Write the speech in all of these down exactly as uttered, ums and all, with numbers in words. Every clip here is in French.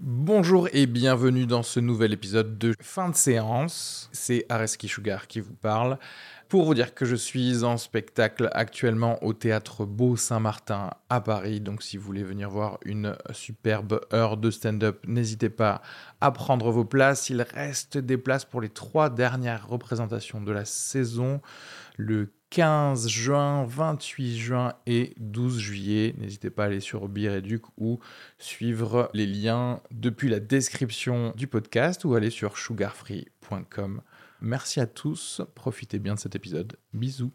Bonjour et bienvenue dans ce nouvel épisode de Fin de séance. C'est Areski Sugar qui vous parle. Pour vous dire que je suis en spectacle actuellement au Théâtre Beau Saint-Martin à Paris. Donc si vous voulez venir voir une superbe heure de stand-up, n'hésitez pas à prendre vos places. Il reste des places pour les trois dernières représentations de la saison. Le quinze juin, vingt-huit juin et douze juillet. N'hésitez pas à aller sur Bireduc ou suivre les liens depuis la description du podcast ou aller sur sugarfree point com. Merci à tous, profitez bien de cet épisode. Bisous.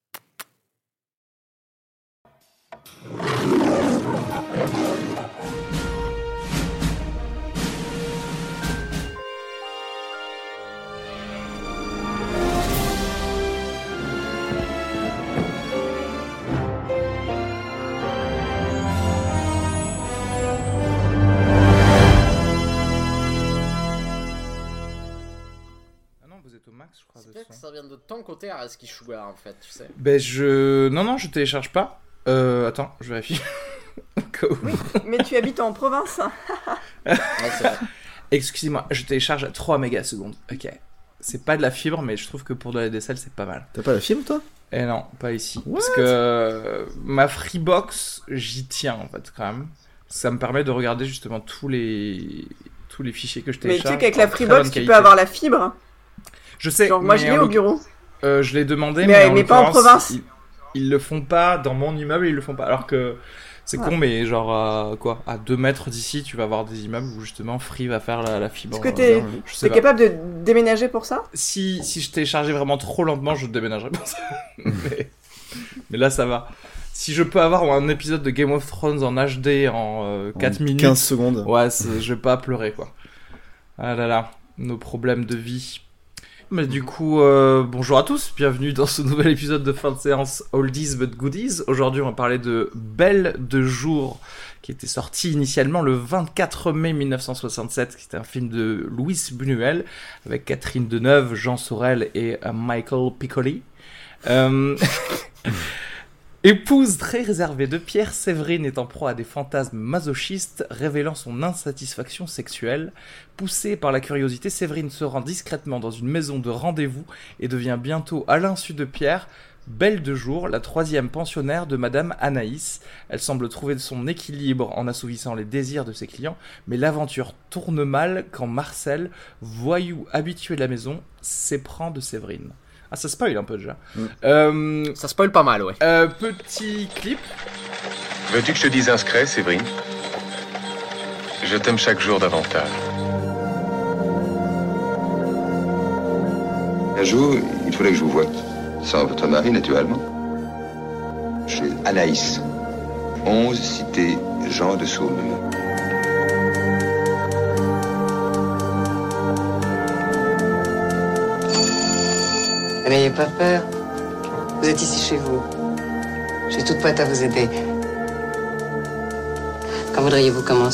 Je crois, c'est peut-être que ça vient de ton côté Areski Sugar en fait, tu sais. Ben je... Non, non, je télécharge pas. Euh, attends, je vérifie. Oui, mais tu habites en province. Ouais, c'est vrai. Excusez-moi, je télécharge à trois mégasecondes. Ok. C'est pas de la fibre, mais je trouve que pour de la D S L, c'est pas mal. T'as pas la fibre, toi ? Eh non, pas ici. What ? Parce que euh, ma Freebox, j'y tiens, en fait, quand même. Ça me permet de regarder, justement, tous les, tous les fichiers que je Mais tu télécharge. sais qu'avec la en très Freebox, bonne tu qualité. peux avoir la fibre. Je sais. Genre, moi, je mais l'ai en au bureau. Euh, je l'ai demandé, Mais- mais, mais pas en l'occurrence, province. Ils, ils le font pas dans mon immeuble, ils le font pas. Alors que c'est Ouais. con, mais genre à quoi, à deux mètres d'ici, tu vas avoir des immeubles où justement Free va faire la, la fibre. Est-ce que t'es, Je sais t'es pas. capable de déménager pour ça ? Si si je téléchargeais vraiment trop lentement, je déménagerais pour ça. mais, mais là, ça va. Si je peux avoir un épisode de Game of Thrones en H D en euh, quatre En minutes, quinze secondes. ouais, c'est, je vais pas pleurer quoi. Ah là là, nos problèmes de vie. Mais du coup, euh, bonjour à tous, bienvenue dans ce nouvel épisode de fin de séance Oldies but Goodies. Aujourd'hui, on va parler de Belle de jour, qui était sorti initialement le vingt-quatre mai mille neuf cent soixante-sept, qui était un film de Louis Buñuel, avec Catherine Deneuve, Jean Sorel et euh, Michael Piccoli. Euh... Épouse très réservée de Pierre, Séverine est en proie à des fantasmes masochistes, révélant son insatisfaction sexuelle. Poussée par la curiosité, Séverine se rend discrètement dans une maison de rendez-vous et devient bientôt, à l'insu de Pierre, Belle de jour, la troisième pensionnaire de Madame Anaïs. Elle semble trouver son équilibre en assouvissant les désirs de ses clients, mais l'aventure tourne mal quand Marcel, voyou habitué de la maison, s'éprend de Séverine. Ah, ça spoil un peu déjà. Mm. Euh, Ça spoil pas mal, ouais. euh, petit clip. Veux-tu que je te dise un secret, Séverine ? Je t'aime chaque jour davantage. Un jour, il faudrait que je vous voie. Sans votre mari, naturellement. Chez Anaïs. onze cité Jean de Saumur. N'ayez pas peur. Vous êtes ici chez vous. Je suis toute prête à vous aider. Quand voudriez-vous commencer ?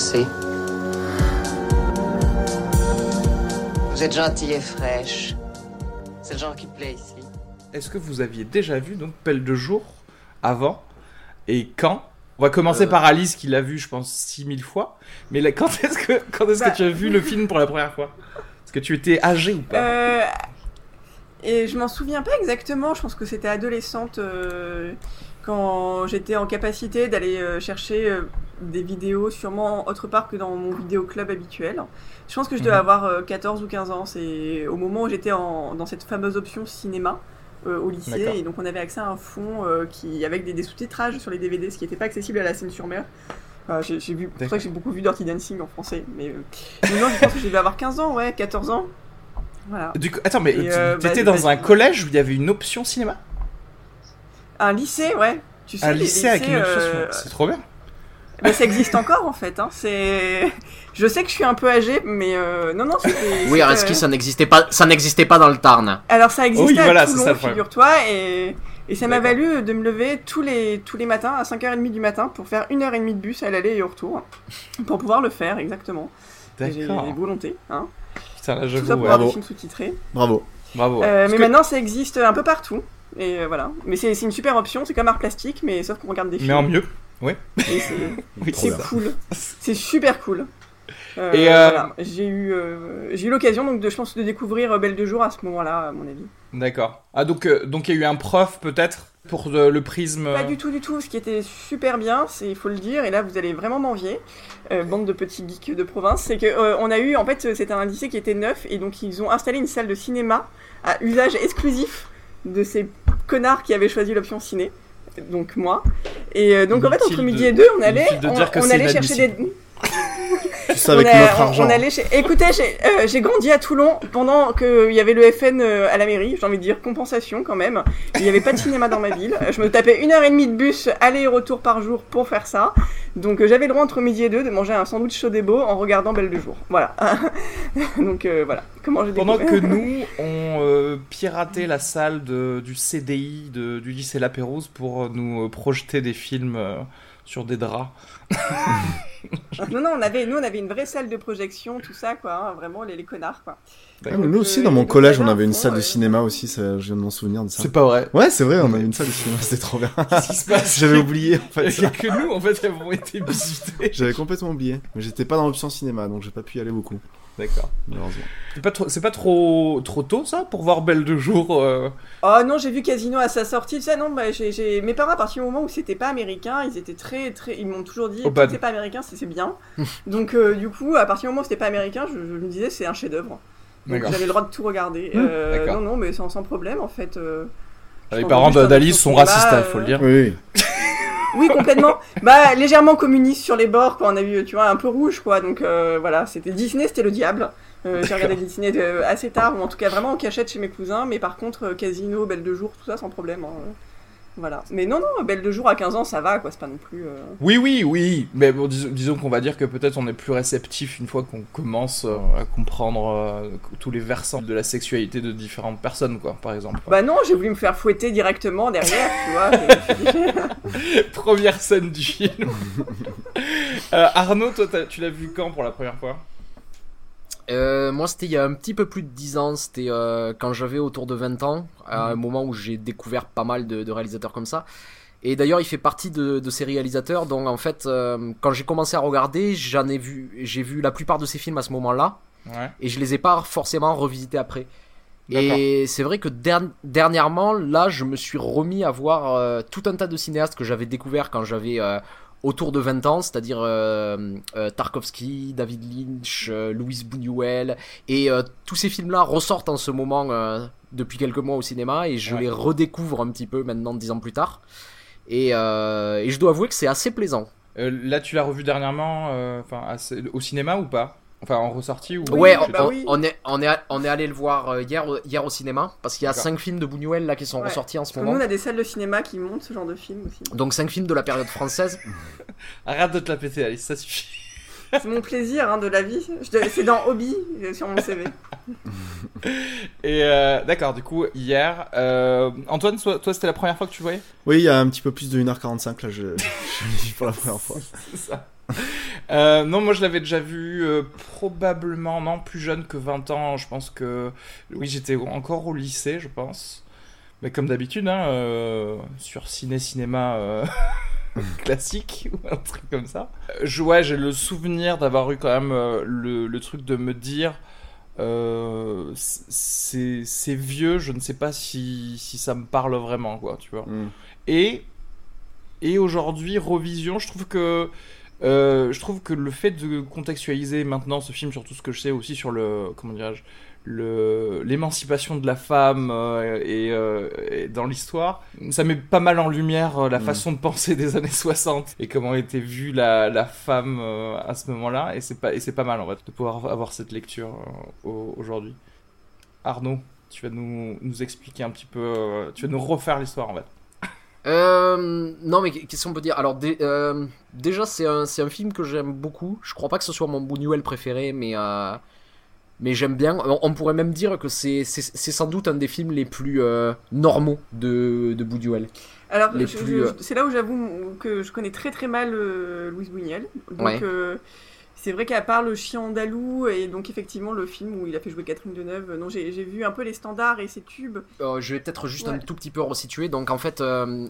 Vous êtes gentille et fraîche. C'est le genre qui plaît ici. Est-ce que vous aviez déjà vu donc Belle de jour avant et quand ? On va commencer Euh... par Alice qui l'a vu, je pense, six mille fois. Mais là, quand est-ce que quand est-ce Bah... que tu as vu le film pour la première fois ? Est-ce que tu étais âgée ou pas ? euh... Et je m'en souviens pas exactement, je pense que c'était adolescente euh, quand j'étais en capacité d'aller euh, chercher euh, des vidéos sûrement autre part que dans mon vidéoclub habituel. Je pense que je devais Mhm. avoir euh, quatorze ou quinze ans, c'est au moment où j'étais en, dans cette fameuse option cinéma euh, au lycée, D'accord. et donc on avait accès à un fond euh, qui, avec des, des sous-titrages sur les D V D, ce qui n'était pas accessible à la Seine-sur-Mer. Enfin, j'ai, j'ai vu, c'est pour ça que j'ai beaucoup vu Dirty Dancing en français, mais, euh, mais non, je pense que je devais avoir quinze ans, ouais, quatorze ans. Voilà. Du coup, attends, mais Et, tu euh, étais bah, dans bah, un collège où il y avait une option cinéma ? Un lycée, ouais. Tu sais, Un les lycée avec une lycées, option euh, cinéma. C'est trop bien. bah, ça existe encore en fait. Hein. C'est... Je sais que je suis un peu âgée, mais euh... non, non. C'était, Oui, c'était, Areski, euh, ça n'existait pas, ça n'existait pas dans le Tarn. Alors ça existait Oui, voilà, à c'est Toulon, ça le problème. figure-toi, et... et ça m'a D'accord. valu de me lever tous les, tous les matins à cinq heures trente du matin pour faire une heure trente de bus à l'aller et au retour, pour pouvoir le faire, exactement. Et j'ai D'accord. des volontés, hein. Putain, là, Tout j'avoue, ça pour ouais. avoir des bravo. films sous-titrés. Bravo. Bravo. ouais. Euh, Parce mais que- maintenant ça existe un peu partout. Et euh, voilà. Mais c'est, c'est une super option, c'est comme art plastique, mais sauf qu'on regarde des films. Mais en mieux. Et c'est, Oui, c'est ça. cool. C'est super cool. Euh, Et, euh, voilà. J'ai eu, euh, j'ai eu l'occasion donc de, je pense, de découvrir Belle de jour à ce moment-là, à mon avis. D'accord. Ah, donc euh, donc il y a eu un prof, peut-être, pour euh, le prisme... Pas du tout, du tout. Ce qui était super bien, c'est, il faut le dire, et là vous allez vraiment m'envier, euh, bande de petits geeks de province, c'est que euh, on a eu, en fait, c'était un lycée qui était neuf, et donc ils ont installé une salle de cinéma à usage exclusif de ces connards qui avaient choisi l'option ciné. Donc moi. Et euh, donc en fait, entre midi et deux, on allait, on, on allait chercher des... Ça avec on a, notre on, argent. on allait chez... Écoutez, j'ai, euh, j'ai grandi à Toulon pendant qu'il y avait le F N euh, à la mairie. J'ai envie de dire compensation quand même. Il n'y avait pas de cinéma dans ma ville. Je me tapais une heure et demie de bus aller et retour par jour pour faire ça. Donc euh, j'avais le droit entre midi et deux de manger un sandwich chaud et beau en regardant Belle de jour. Voilà. Donc euh, voilà. Comment j'ai Pendant découvert. que nous, on euh, piratait la salle de, du C D I de, du lycée La Pérouse pour nous euh, projeter des films euh, sur des draps. Non, non, on avait, nous on avait une vraie salle de projection, tout ça quoi. Hein, vraiment les, les connards quoi. Ah, mais nous aussi, dans euh, mon donc, collège, on on avait avait un une fond, salle de ouais. cinéma aussi, ça, je viens de m'en souvenir de ça. C'est pas vrai. Ouais, c'est vrai, on avait une salle de cinéma, c'était trop bien. Qu'est-ce qui se passe? J'avais oublié, en fait. Il y a que nous, en fait, avons été visités. J'avais complètement oublié. Mais j'étais pas dans l'option cinéma, donc j'ai pas pu y aller beaucoup, D'accord. malheureusement. C'est pas trop, c'est pas trop, trop tôt, ça, pour voir Belle de jour euh... Oh non, j'ai vu Casino à sa sortie, ça non, bah, j'ai, j'ai... mes parents à partir du moment où c'était pas américain, ils étaient très très, ils m'ont toujours dit, Oh, bah. c'est pas américain, c'est, c'est bien. Donc euh, du coup, à partir du moment où c'était pas américain, je, je me disais c'est un chef-d'œuvre. Donc D'accord. j'avais le droit de tout regarder. Mmh, Euh, d'accord. non non, mais sans, sans problème en fait. Euh, je Les pense parents juste un d'Alice option sont cinéma, racistes, il euh, faut le dire. Oui, oui. Oui, complètement. Bah légèrement communiste sur les bords, quoi. On a vu, tu vois, un peu rouge, quoi. Donc euh, voilà, c'était Disney, c'était le diable. Euh, j'ai regardé Disney de, assez tard, ou en tout cas vraiment en cachette chez mes cousins, mais par contre euh, Casino, Belle de jour, tout ça sans problème. Hein. Voilà. Mais non, non, Belle de jour à quinze ans, ça va, quoi. C'est pas non plus. Euh... Oui, oui, oui. Mais bon, disons, disons qu'on va dire que peut-être on est plus réceptif une fois qu'on commence euh, à comprendre euh, tous les versants de la sexualité de différentes personnes, quoi, par exemple. Bah non, j'ai voulu me faire fouetter directement derrière, tu vois. Je me suis dit- Première scène du film. euh, Arnaud, toi, t'as- tu l'as vu quand pour la première fois? Euh, moi, c'était il y a un petit peu plus de dix ans. C'était euh, quand j'avais autour de vingt ans, à un moment où j'ai découvert pas mal de, de réalisateurs comme ça. Et d'ailleurs, il fait partie de, de ces réalisateurs. Donc, en fait, euh, quand j'ai commencé à regarder, j'en ai vu, j'ai vu la plupart de ces films à ce moment-là, Ouais. et je les ai pas forcément revisités après. D'accord. Et c'est vrai que der- dernièrement, là, je me suis remis à voir euh, tout un tas de cinéastes que j'avais découverts quand j'avais euh, autour de vingt ans, c'est-à-dire euh, euh, Tarkovsky, David Lynch, euh, Louis Buñuel, et euh, tous ces films-là ressortent en ce moment euh, depuis quelques mois au cinéma, et je Ouais. les redécouvre un petit peu maintenant, dix ans plus tard. Et, euh, et je dois avouer que c'est assez plaisant. Euh, là, tu l'as revu dernièrement, euh, enfin, assez- au cinéma ou pas? Enfin, en ressortie ou... Oui, ouais, oui, on, bah on- oui. on est, on, est, on est allé le voir euh, hier, au- hier au cinéma, parce qu'il y a D'accord. cinq films de Buñuel là qui sont Ouais. ressortis en ce Parce que nous, moment. on a des salles de cinéma qui montent ce genre de film aussi. Donc cinq films de la période française. Arrête de te la péter, Alice, ça suffit. C'est mon plaisir hein, de la vie. Je te- C'est dans Hobby euh, sur mon C V. Et euh, d'accord, du coup, hier... euh, Antoine, toi, toi, c'était la première fois que tu le voyais? Oui, il y a un petit peu plus de une heure quarante-cinq, là, je, je l'ai vu pour la première fois. C'est ça. Euh, non, moi je l'avais déjà vu euh, probablement, non, plus jeune que vingt ans. Je pense que, oui, j'étais encore au lycée, je pense. Mais comme d'habitude, hein, euh, sur ciné-cinéma euh, classique ou un truc comme ça. Euh, Je, ouais, j'ai le souvenir d'avoir eu quand même euh, le, le truc de me dire. Euh, c'est c'est vieux, je ne sais pas si, si ça me parle vraiment, quoi, tu vois. Mm. Et, et aujourd'hui, revision, je trouve que euh, je trouve que le fait de contextualiser maintenant ce film sur tout ce que je sais aussi sur le, comment dirais-je, le l'émancipation de la femme euh, et, euh, et dans l'histoire, ça met pas mal en lumière euh, la Mm. façon de penser des années soixante et comment était vue la, la femme euh, à ce moment-là, et c'est pas et c'est pas mal en fait de pouvoir avoir cette lecture euh, au- aujourd'hui. Arnaud, tu vas nous, nous expliquer un petit peu, euh, tu vas nous refaire l'histoire en fait. Euh, non mais qu'est-ce qu'on peut dire? Alors dé- euh, déjà c'est un, c'est un film que j'aime beaucoup. Je crois pas que ce soit mon Buñuel préféré, mais euh, mais j'aime bien. On, on pourrait même dire que c'est, c'est, c'est sans doute un des films les plus euh, normaux de, de Buñuel. Alors, Les je- plus, je- euh, c'est là où j'avoue que je connais très très mal euh, Louis Buñuel. Donc, Ouais. euh, c'est vrai qu'à part Le Chien andalou et donc effectivement le film où il a fait jouer Catherine Deneuve, non, j'ai, j'ai vu un peu les standards et ses tubes. Euh, je vais peut-être juste un Ouais. tout petit peu resituer. Donc en fait, euh,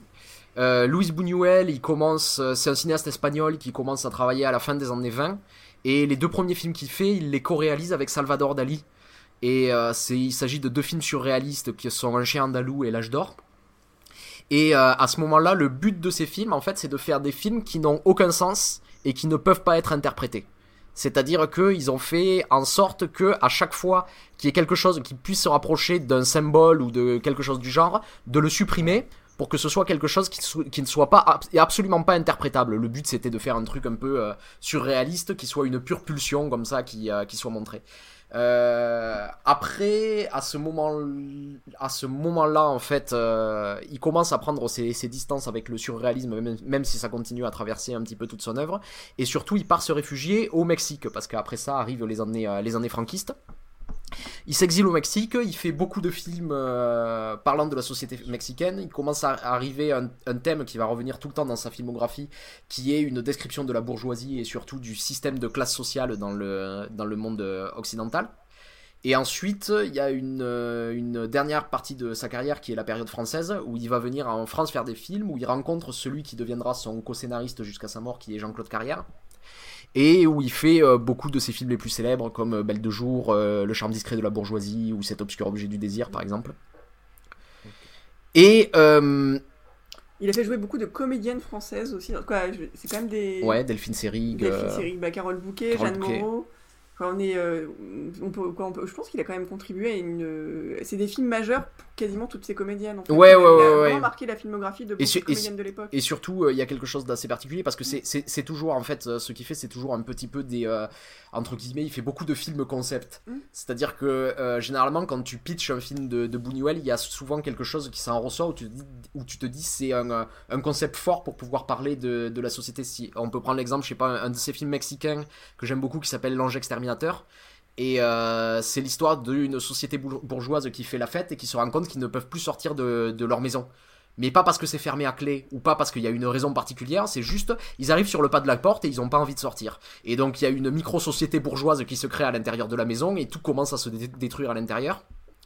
Euh, Luis Buñuel, il commence, c'est un cinéaste espagnol qui commence à travailler à la fin des années vingt. Et les deux premiers films qu'il fait, il les co-réalise avec Salvador Dali. Et euh, c'est, il s'agit de deux films surréalistes qui sont Un chien andalou et L'âge d'or. Et euh, à ce moment-là, le but de ces films, en fait, c'est de faire des films qui n'ont aucun sens et qui ne peuvent pas être interprétés. C'est-à-dire qu'ils ont fait en sorte que à chaque fois qu'il y ait quelque chose qui puisse se rapprocher d'un symbole ou de quelque chose du genre, de le supprimer pour que ce soit quelque chose qui, so- qui ne soit pas ab- et absolument pas interprétable. Le but, c'était de faire un truc un peu euh, surréaliste, qui soit une pure pulsion comme ça, qui, euh, qui soit montré. Euh, après, à ce moment, à ce moment-là, en fait, euh, il commence à prendre ses, ses distances avec le surréalisme, même, même si ça continue à traverser un petit peu toute son œuvre. Et surtout, il part se réfugier au Mexique, parce qu'après ça arrivent les années, euh, les années franquistes. Il s'exile au Mexique, il fait beaucoup de films euh, parlant de la société mexicaine. Il commence à arriver un, un thème qui va revenir tout le temps dans sa filmographie, qui est une description de la bourgeoisie et surtout du système de classe sociale dans le, dans le monde occidental. Et ensuite, il y a une, une dernière partie de sa carrière qui est la période française, où il va venir en France faire des films, où il rencontre celui qui deviendra son co-scénariste jusqu'à sa mort, qui est Jean-Claude Carrière. Et où il fait euh, beaucoup de ses films les plus célèbres, comme euh, Belle de jour, euh, Le charme discret de la bourgeoisie, ou Cet obscur objet du désir, par exemple. Et... Euh... Il a fait jouer beaucoup de comédiennes françaises aussi. Quoi, je... C'est quand même des... Ouais, Delphine Seyrig. Delphine euh... Seyrig, bah, Carole Bouquet, Carole Jeanne Bouquet. Moreau. Enfin, on est, euh, on peut, quoi, on peut, je pense qu'il a quand même contribué à une... euh, C'est des films majeurs pour quasiment toutes ces comédiennes. En fait. Ouais, ouais, il a ouais, vraiment ouais. marqué la filmographie de beaucoup Et sur- de comédiennes de l'époque. Et surtout, il euh, y a quelque chose d'assez particulier parce que c'est, c'est, c'est toujours, en fait, euh, ce qu'il fait, c'est toujours un petit peu des. Euh, entre guillemets, il fait beaucoup de films concept. Mm. C'est-à-dire que, euh, généralement, quand tu pitches un film de, de Buñuel, il y a souvent quelque chose qui s'en ressort où tu te dis, où tu te dis c'est un, un concept fort pour pouvoir parler de, de la société. Si on peut prendre l'exemple, je sais pas, un, un de ces films mexicains que j'aime beaucoup qui s'appelle L'Ange Exterminateur. Et euh, c'est l'histoire d'une société bourgeoise qui fait la fête et qui se rend compte qu'ils ne peuvent plus sortir de, de leur maison. Mais pas parce que c'est fermé à clé ou pas parce qu'il y a une raison particulière, c'est juste, ils arrivent sur le pas de la porte et ils n'ont pas envie de sortir. Et donc il y a une micro-société bourgeoise qui se crée à l'intérieur de la maison et tout commence à se dé- détruire à l'intérieur.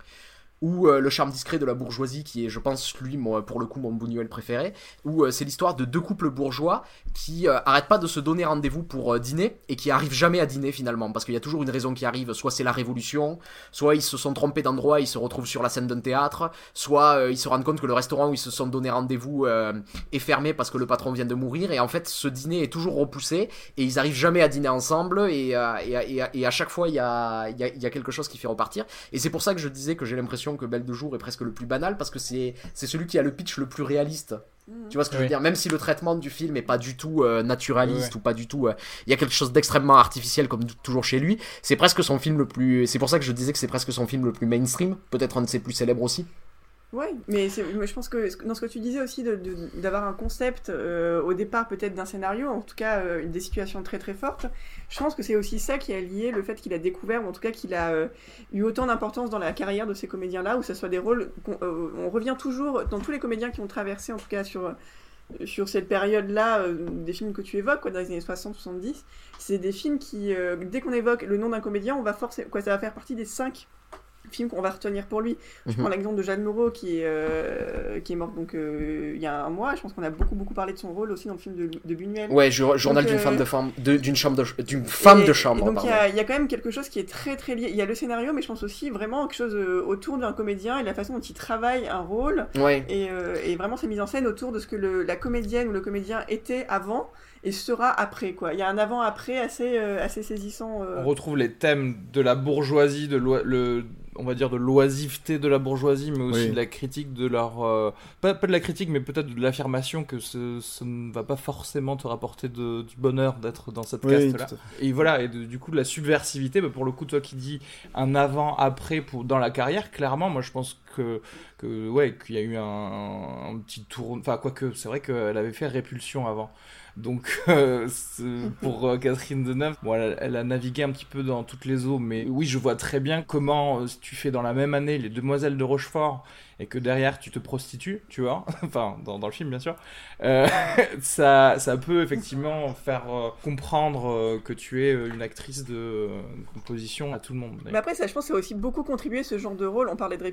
Ou euh, Le charme discret de la bourgeoisie, qui est, je pense, lui, moi, pour le coup, mon Buñuel préféré, où euh, c'est l'histoire de deux couples bourgeois qui euh, arrêtent pas de se donner rendez-vous pour euh, dîner, et qui arrivent jamais à dîner, finalement, parce qu'il y a toujours une raison qui arrive, soit c'est la révolution, soit ils se sont trompés d'endroit, ils se retrouvent sur la scène d'un théâtre, soit euh, ils se rendent compte que le restaurant où ils se sont donné rendez-vous euh, est fermé parce que le patron vient de mourir, et en fait, ce dîner est toujours repoussé, et ils arrivent jamais à dîner ensemble, et, euh, et, et, et, et à chaque fois, il y a, y, a, y a quelque chose qui fait repartir, et c'est pour ça que je disais que j'ai l'impression que Belle de jour est presque le plus banal parce que c'est, c'est celui qui a le pitch le plus réaliste. Mmh. Tu vois ce que oui. je veux dire? Même si le traitement du film est pas du tout euh, naturaliste oui. ou pas du tout, il euh, y a quelque chose d'extrêmement artificiel comme t- toujours chez lui. C'est presque son film le plus. C'est pour ça que je disais que c'est presque son film le plus mainstream, peut-être un de ses plus célèbres aussi. Ouais, mais, c'est, mais je pense que dans ce que tu disais aussi, de, de, d'avoir un concept euh, au départ peut-être d'un scénario, en tout cas euh, des situations très très fortes, je pense que c'est aussi ça qui a lié le fait qu'il a découvert, ou en tout cas qu'il a euh, eu autant d'importance dans la carrière de ces comédiens-là, où ça soit des rôles, euh, on revient toujours, dans tous les comédiens qui ont traversé, en tout cas sur, sur cette période-là, euh, des films que tu évoques, quoi, dans les années soixante soixante-dix, c'est des films qui, euh, dès qu'on évoque le nom d'un comédien, on va forcer, quoi, ça va faire partie des cinq film qu'on va retenir pour lui. Je mm-hmm. prends l'exemple de Jeanne Moreau qui est, euh, qui est morte donc euh, il y a un mois. Je pense qu'on a beaucoup beaucoup parlé de son rôle aussi dans le film de, de Buñuel. Ouais, journal donc, d'une euh, femme de femme, de, d'une chambre de, d'une femme et, de chambre. Et donc il y a, y a quand même quelque chose qui est très très lié. Il y a le scénario, mais je pense aussi vraiment quelque chose euh, autour d'un comédien et la façon dont il travaille un rôle. Ouais. Et, euh, et vraiment c'est mise en scène autour de ce que le, la comédienne ou le comédien était avant et sera après, quoi. Il y a un avant-après assez euh, assez saisissant. Euh... On retrouve les thèmes de la bourgeoisie, de lo- le on va dire de l'oisiveté de la bourgeoisie, mais aussi oui. de la critique de leur... Euh, pas, pas de la critique, mais peut-être de l'affirmation que ce, ce ne va pas forcément te rapporter de, du bonheur d'être dans cette oui, caste-là. Et voilà, et de, du coup, de la subversivité, bah pour le coup, toi qui dis un avant-après pour, dans la carrière, clairement, moi je pense que, que ouais, qu'il y a eu un, un petit tour... Enfin, quoique, c'est vrai qu'elle avait fait Répulsion avant. Donc, euh, pour euh, Catherine Deneuve, bon, elle, elle a navigué un petit peu dans toutes les eaux, mais oui, je vois très bien comment, euh, si tu fais dans la même année Les Demoiselles de Rochefort et que derrière tu te prostitues, tu vois, enfin, dans, dans le film bien sûr, euh, ça, ça peut effectivement faire euh, comprendre euh, que tu es une actrice de euh, composition à tout le monde. Mais après, ça, je pense que ça a aussi beaucoup contribué ce genre de rôle. On parlait de Répulsion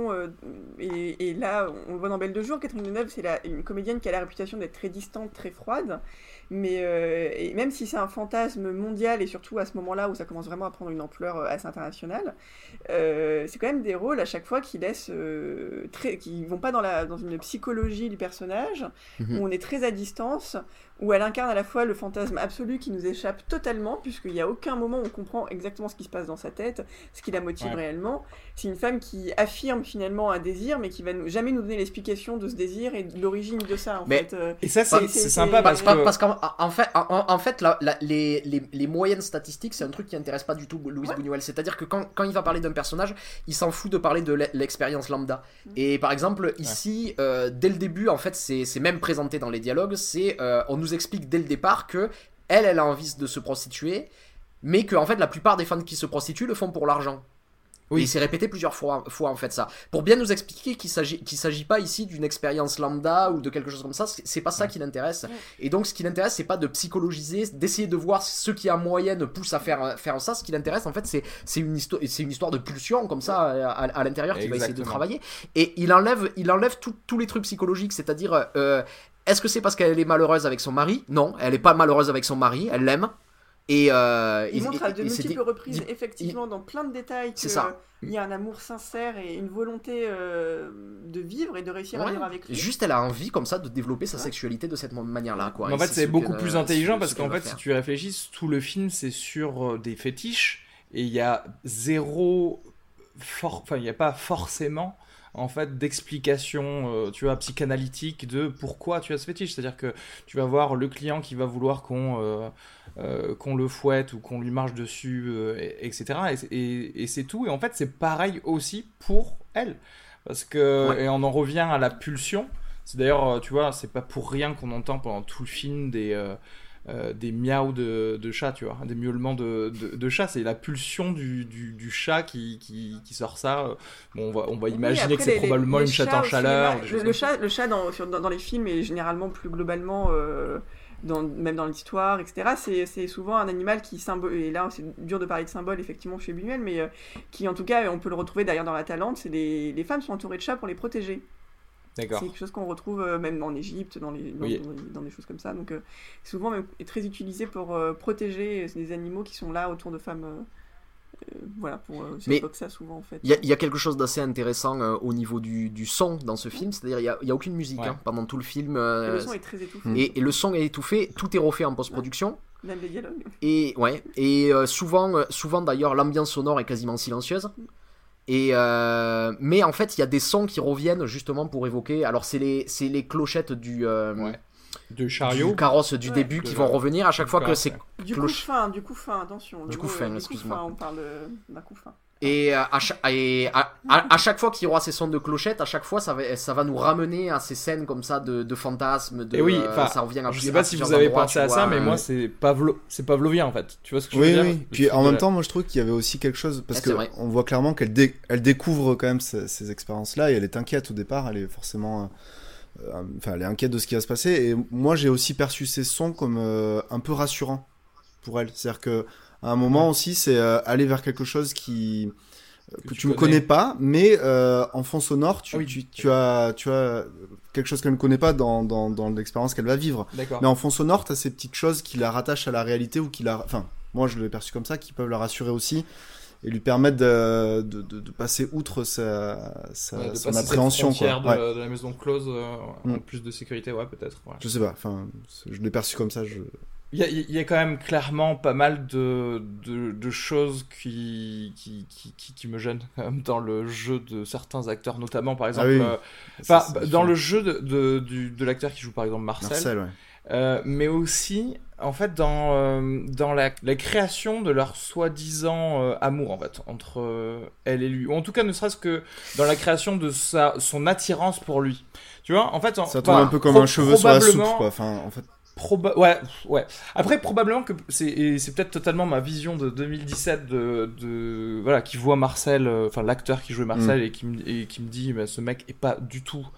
réputation, euh, et, et là, on le voit dans Belle de jour, Catherine Deneuve, c'est la, une comédienne qui a la réputation d'être très distante, très froide, mais euh, et même si c'est un fantasme mondial, et surtout à ce moment-là où ça commence vraiment à prendre une ampleur assez internationale, euh, c'est quand même des rôles à chaque fois qui laissent, euh, très, qui vont pas dans, la, dans une psychologie du personnage, mmh. où on est très à distance, où elle incarne à la fois le fantasme absolu qui nous échappe totalement, puisqu'il n'y a aucun moment où on comprend exactement ce qui se passe dans sa tête, ce qui la motive ouais. réellement. C'est une femme qui affirme finalement un désir, mais qui va nous, jamais nous donner l'explication de ce désir et de l'origine de ça, en mais, fait. Et ça, c'est, c'est, c'est, c'est sympa parce, parce que... Parce qu'en en fait, en, en fait la, la, les, les, les moyennes statistiques, c'est un truc qui n'intéresse pas du tout Louise ouais. Buñuel. C'est-à-dire que quand, quand il va parler d'un personnage, il s'en fout de parler de l'expérience lambda. Mmh. Et par exemple, ici, ouais. euh, dès le début, en fait, c'est, c'est même présenté dans les dialogues, c'est, euh, on nous explique dès le départ que elle, elle a envie de se prostituer, mais que en fait la plupart des femmes qui se prostituent le font pour l'argent. Oui. Et c'est répété plusieurs fois, fois en fait ça, pour bien nous expliquer qu'il s'agit, qu'il s'agit pas ici d'une expérience lambda ou de quelque chose comme ça. C'est, c'est pas ça qui l'intéresse. Et donc ce qui l'intéresse, c'est pas de psychologiser, d'essayer de voir ce qui en moyenne pousse à faire faire ça. Ce qui l'intéresse en fait, c'est c'est une histoire, c'est une histoire de pulsion comme ça à, à, à l'intérieur qui va essayer de travailler. Et il enlève, il enlève tous les trucs psychologiques, c'est-à-dire euh, est-ce que c'est parce qu'elle est malheureuse avec son mari ? Non, elle est pas malheureuse avec son mari, elle l'aime. Et euh, il et, montre à de et, multiples et reprises, dit, effectivement, il, dans plein de détails, qu'il y a un amour sincère et une volonté euh, de vivre et de réussir ouais. à vivre avec lui. Juste, elle a envie, comme ça, de développer sa ouais. sexualité de cette manière-là. Quoi. En fait, c'est, c'est beaucoup plus intelligent parce qu'en fait, faire. si tu réfléchis, tout le film, c'est sur des fétiches et il y a zéro... For... Enfin, il n'y a pas forcément... en fait d'explication euh, tu vois psychanalytique de pourquoi tu as ce fétiche, c'est-à-dire que tu vas voir le client qui va vouloir qu'on euh, euh, qu'on le fouette ou qu'on lui marche dessus euh, et, etc et, et, et c'est tout. Et en fait c'est pareil aussi pour elle parce que ouais. et on en revient à la pulsion. C'est d'ailleurs tu vois c'est pas pour rien qu'on entend pendant tout le film des euh, Euh, des miaus de, de chat, tu vois, des miaulements de, de, de chat, c'est la pulsion du, du, du chat qui, qui, qui sort ça. Bon, on va, on va oui, imaginer que c'est les, probablement les, les une chatte en chaleur. Le, le chat, le chat dans, sur, dans, dans les films et généralement plus globalement, euh, dans, même dans l'histoire, et cetera, c'est, c'est souvent un animal qui symbole. Et là, c'est dur de parler de symbole effectivement chez Buñuel, mais euh, qui en tout cas, on peut le retrouver d'ailleurs dans La Talente, c'est les, les femmes sont entourées de chats pour les protéger. D'accord. C'est quelque chose qu'on retrouve euh, même en Égypte, dans, les, dans, oui. dans, dans des choses comme ça. Donc, euh, souvent, même, est très utilisé pour euh, protéger des animaux qui sont là autour de femmes. Euh, euh, voilà, pour euh, mais ça souvent en fait. Il y, y a quelque chose d'assez intéressant euh, au niveau du, du son dans ce film, c'est-à-dire il n'y a, a aucune musique ouais. hein, pendant tout le film. Euh, et le son est très étouffé. Et, et le son est étouffé, tout est refait en post-production. Ouais. Même les dialogues. Et, ouais, et euh, souvent, euh, souvent d'ailleurs, l'ambiance sonore est quasiment silencieuse. Et euh, mais en fait il y a des sons qui reviennent justement pour évoquer, alors c'est les, c'est les clochettes du, euh, ouais. du chariot du carrosse du ouais. début de qui vont revenir à chaque fois que c'est du coup fin du coup fin attention du coup fin excuse-moi on parle d'un coup fin. Et, à, et à, à, à chaque fois qu'il y aura ces sons de clochettes, à chaque fois ça va, ça va nous ramener à ces scènes comme ça de, de fantasmes. De, et oui, euh, ça revient à je sais pas si vous avez pensé à ça, mais moi c'est, Pavlo, c'est pavlovien en fait. Tu vois ce que je oui, veux dire oui. Puis en même temps, moi je trouve qu'il y avait aussi quelque chose, parce ah, qu'on voit clairement qu'elle dé, elle découvre quand même ces, ces expériences-là et elle est inquiète au départ, elle est forcément. Euh, enfin, elle est inquiète de ce qui va se passer. Et moi j'ai aussi perçu ces sons comme euh, un peu rassurants pour elle. C'est-à-dire que à un moment aussi, c'est euh, aller vers quelque chose qui. que, que tu ne connais. connais pas, mais euh, en fond sonore, tu, ah oui. tu, tu, as, tu as quelque chose qu'elle ne connaît pas dans, dans, dans l'expérience qu'elle va vivre. D'accord. Mais en fond sonore, tu as ces petites choses qui la rattachent à la réalité ou qui la... Enfin, moi, je l'ai perçu comme ça, qui peuvent la rassurer aussi et lui permettre de, de, de, de passer outre sa, sa, ouais, de son passer appréhension. Cette quoi. De, ouais. de la maison close, euh, mm. en plus de sécurité, ouais, peut-être. Ouais. Je sais pas, enfin, je l'ai perçu comme ça, je... Il y, a, il y a quand même clairement pas mal de, de, de choses qui, qui, qui, qui, qui me gênent quand même dans le jeu de certains acteurs, notamment par exemple, ah oui. euh, c'est, c'est dans le jeu de, de, du, de l'acteur qui joue par exemple Marcel, Marcel ouais. euh, mais aussi en fait dans, euh, dans la, la création de leur soi-disant euh, amour en fait, entre euh, elle et lui, ou en tout cas ne serait-ce que dans la création de sa, son attirance pour lui. Tu vois, en fait, en, ça tombe un peu comme pro- un cheveu sur la soupe, quoi. Enfin, en fait. Proba- ouais, ouais. Après, probablement que c'est, et c'est peut-être totalement ma vision de deux mille dix-sept de, de voilà, qui voit Marcel, enfin euh, l'acteur qui jouait Marcel mmh. et qui me et qui me dit, bah, ce mec est pas du tout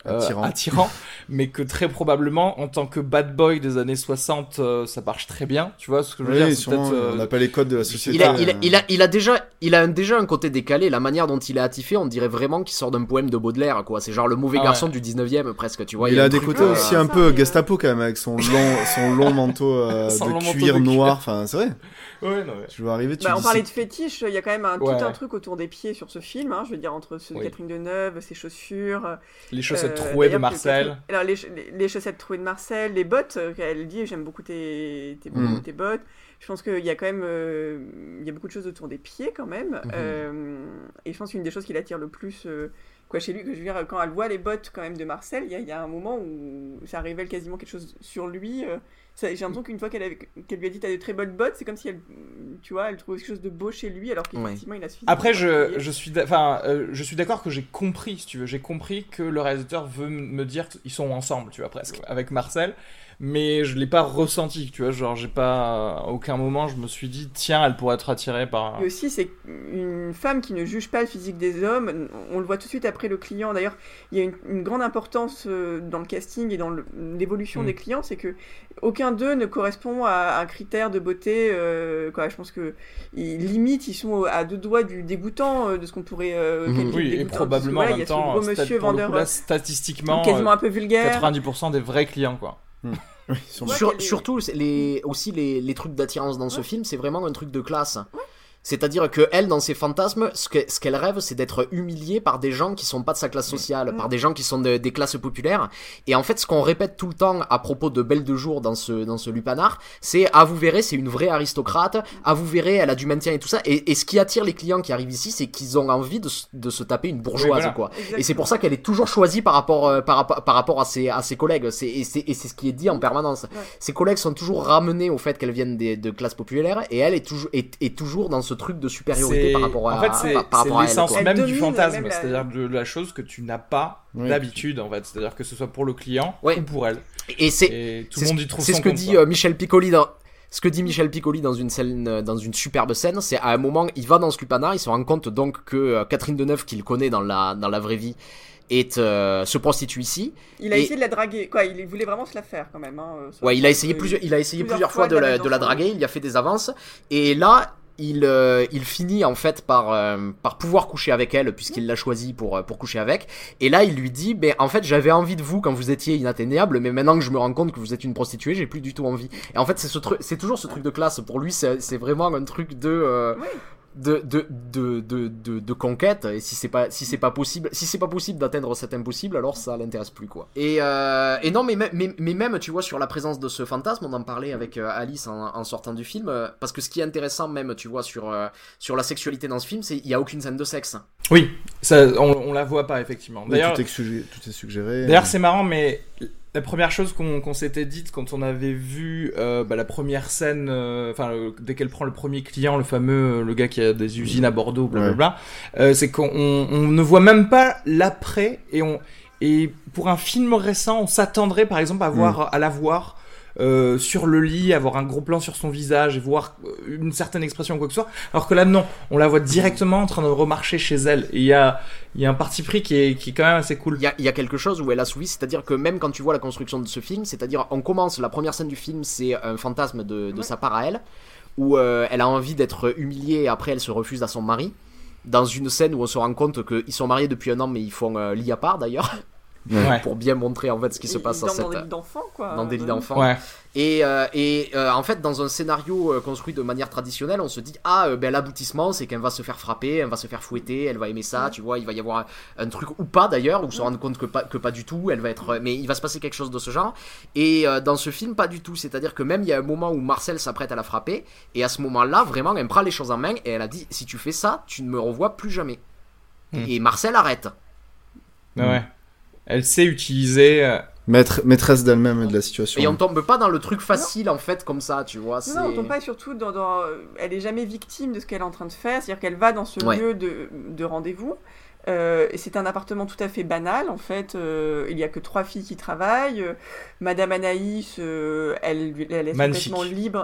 euh, Attirant. attirant, mais que très probablement, en tant que bad boy des années soixante, euh, ça marche très bien, tu vois ce que je veux Oui, dire, c'est sûrement, peut-être, euh, on n'a pas les codes de la société. Il a, il, a, euh, il, a, il a déjà, il a un- déjà un côté décalé. La manière dont il est attifé, on dirait vraiment qu'il sort d'un poème de Baudelaire, quoi. C'est genre le mauvais Ah garçon ouais. du dix-neuvième presque, tu vois. il y a un des truc, côtés euh, aussi euh, un ça, peu mais, Gestapo quand même, avec son long, son long manteau euh, Son de long manteau cuir de cuir. noir. Enfin, c'est vrai. Ouais, non, ouais. Tu vois arriver, tu Bah, on dis, parlait c'est- de fétiche, il y a quand même un, Ouais. tout un truc autour des pieds sur ce film, hein, je veux dire, entre ceux de Oui. Catherine Deneuve, ses chaussures. Les chaussettes euh, trouées de d'ailleurs, Marcel. Catherine- Alors, les, ch- les, les chaussettes trouées de Marcel, les bottes, euh, elle dit j'aime beaucoup tes, tes, Mhm. tes bottes. Je pense qu'il y a quand même euh, il y a beaucoup de choses autour des pieds quand même. Mhm. Euh, et je pense qu'une des choses qui l'attire le plus euh, quoi, chez lui, que je veux dire, quand elle voit les bottes quand même de Marcel, il y, a- il y a un moment où ça révèle quasiment quelque chose sur lui. euh, ça- J'ai l'impression qu'une fois qu'elle, avait- qu'elle lui a dit t'as de très bonnes bottes, c'est comme si elle, tu vois, elle trouvait quelque chose de beau chez lui, alors qu'effectivement il a suffisamment. Après, je, je suis, d'a- enfin, euh, je suis d'accord que j'ai compris, si tu veux, j'ai compris que le réalisateur veut m- me dire qu'ils sont ensemble, tu vois, presque, avec Marcel, mais je l'ai pas ressenti, tu vois, genre, j'ai pas, à aucun moment, je me suis dit, tiens, elle pourrait être attirée par. Et aussi, c'est une femme qui ne juge pas le physique des hommes. On le voit tout de suite après le client. D'ailleurs, il y a une, une grande importance euh, dans le casting et dans le- l'évolution Mm. des clients, c'est que aucun d'eux ne correspond à un critère de beauté. euh, quoi. Je pense que ils, limite, ils sont à deux doigts du dégoûtant, euh, de ce qu'on pourrait euh, Mhm. qualifier de Oui, et dégoûtant. probablement Parce en que, voilà, même il y a ce temps, gros stat- monsieur pour le coup, vendeur là, euh, statistiquement, quasiment euh, un peu vulgaire. quatre-vingt-dix pour cent des vrais clients, quoi. Oui, sûrement. Ouais, Sur- qu'elle est- surtout, c'est les, aussi les, les trucs d'attirance dans ce film, c'est vraiment un truc de classe. C'est-à-dire que elle, dans ses fantasmes, ce que- ce qu'elle rêve, c'est d'être humiliée par des gens qui sont pas de sa classe sociale, Mm. par des gens qui sont de- des classes populaires. Et en fait, ce qu'on répète tout le temps à propos de Belle de Jour dans ce dans ce lupanar, c'est ah vous verrez, c'est une vraie aristocrate. Ah vous verrez, elle a du maintien et tout ça. Et, et ce qui attire les clients qui arrivent ici, c'est qu'ils ont envie de, se- de se taper une bourgeoise, Oui, voilà. quoi. Exactement. Et c'est pour ça qu'elle est toujours choisie par rapport, euh, par, rapport- par rapport à ses, à ses collègues. C'est, et, c'est, et c'est ce qui est dit en permanence. Ouais. Ses collègues sont toujours ramenés au fait qu'elle vienne des, de classes populaires et elle est toujours, est, est toujours dans ce truc de supériorité C'est- par rapport à, en fait, c'est par, par c'est rapport à elle. l'essence quoi. même Elle du domine fantasme, même la- c'est-à-dire de la chose que tu n'as pas Oui. d'habitude, en fait. C'est-à-dire que ce soit pour le client Ouais. ou pour elle. Et c'est, Et tout c'est, le monde ce- y trouve c'est son ce que compte, dit quoi. euh, Michel Piccoli dans. Ce que dit Michel Piccoli dans une scène, euh, dans une superbe scène, c'est à un moment, il va dans ce lupanar, il se rend compte donc que euh, Catherine Deneuve, qu'il connaît dans la, dans la vraie vie, est, euh, se prostitue ici. Il a Et- essayé de la draguer. Quoi, il voulait vraiment se la faire quand même. Hein, ça- Ouais, il a essayé euh, plusieurs, il a essayé plusieurs plusieurs fois de la, mettre de la dans son- draguer, il y a fait des avances, et là, il, euh, il finit en fait par, euh, par pouvoir coucher avec elle, puisqu'il l'a choisie pour, euh, pour coucher avec, et là, il lui dit, ben, en fait, j'avais envie de vous quand vous étiez inatteignable, mais maintenant que je me rends compte que vous êtes une prostituée, j'ai plus du tout envie. Et en fait, c'est ce truc, c'est toujours ce truc de classe, pour lui, c'est, c'est vraiment un truc de, euh, Oui. de, de, de, de, de, de conquête, et si c'est pas, si c'est pas possible, si c'est pas possible d'atteindre cet impossible, alors ça l'intéresse plus, quoi. Et, euh, et non, mais, même- mais, mais même, tu vois, sur la présence de ce fantasme, on en parlait avec euh, Alice en, en sortant du film, euh, parce que ce qui est intéressant même, tu vois, sur, euh, sur la sexualité dans ce film, c'est qu'il y a aucune scène de sexe. Oui, ça, on, on la voit pas, effectivement. Oui, D'ailleurs, tout, est suggéré, tout est suggéré. D'ailleurs, c'est marrant, mais la première chose qu'on qu'on s'était dite quand on avait vu euh, bah, la première scène, euh, enfin, le- dès qu'elle prend le premier client, le fameux, euh, le gars qui a des usines à Bordeaux, blablabla, euh, c'est qu'on on, on ne voit même pas l'après, et on et pour un film récent, on s'attendrait par exemple à voir, à la voir. Euh, sur le lit, avoir un gros plan sur son visage et voir euh, une certaine expression ou quoi que ce soit, alors que là non, on la voit directement en train de remarcher chez elle, et il y a, il y a un parti pris qui est, qui est quand même assez cool. Il y a, il y a quelque chose où elle a souvi, c'est-à-dire que même quand tu vois la construction de ce film, c'est-à-dire on commence, la première scène du film, c'est un fantasme de, de Ouais. sa part à elle, où euh, elle a envie d'être humiliée et après elle se refuse à son mari, dans une scène où on se rend compte qu'ils sont mariés depuis un an mais ils font euh, lit à part d'ailleurs, Ouais. pour bien montrer en fait ce qui se Il- passe dans, dans cette... dans des lits d'enfants, quoi. dans des lits d'enfants. Ouais. Et, euh, et euh, en fait, dans un scénario euh, construit de manière traditionnelle, on se dit ah euh, ben l'aboutissement c'est qu'elle va se faire frapper, elle va se faire fouetter, elle va aimer ça, tu vois, il va y avoir un, un truc ou pas d'ailleurs, ou se rendre compte que pas que pas du tout, elle va être, mais il va se passer quelque chose de ce genre. Et euh, dans ce film, pas du tout. C'est-à-dire que même il y a un moment où Marcel s'apprête à la frapper, et à ce moment-là, vraiment, elle prend les choses en main et elle a dit si tu fais ça, tu ne me revois plus jamais. Hmm. Et Marcel arrête. Ouais, ouais. Elle sait utiliser. euh, Maître, maîtresse d'elle-même et de la situation. Et on tombe pas dans le truc facile en fait comme ça, tu vois. Non, non, on tombe pas surtout dans, dans- Elle est jamais victime de ce qu'elle est en train de faire, c'est-à-dire qu'elle va dans ce Ouais. lieu de, de rendez-vous. Euh, et c'est un appartement tout à fait banal en fait. Euh, il y a que trois filles qui travaillent. Euh, Madame Anaïs, euh, elle, lui- elle laisse Magnifique. complètement libre.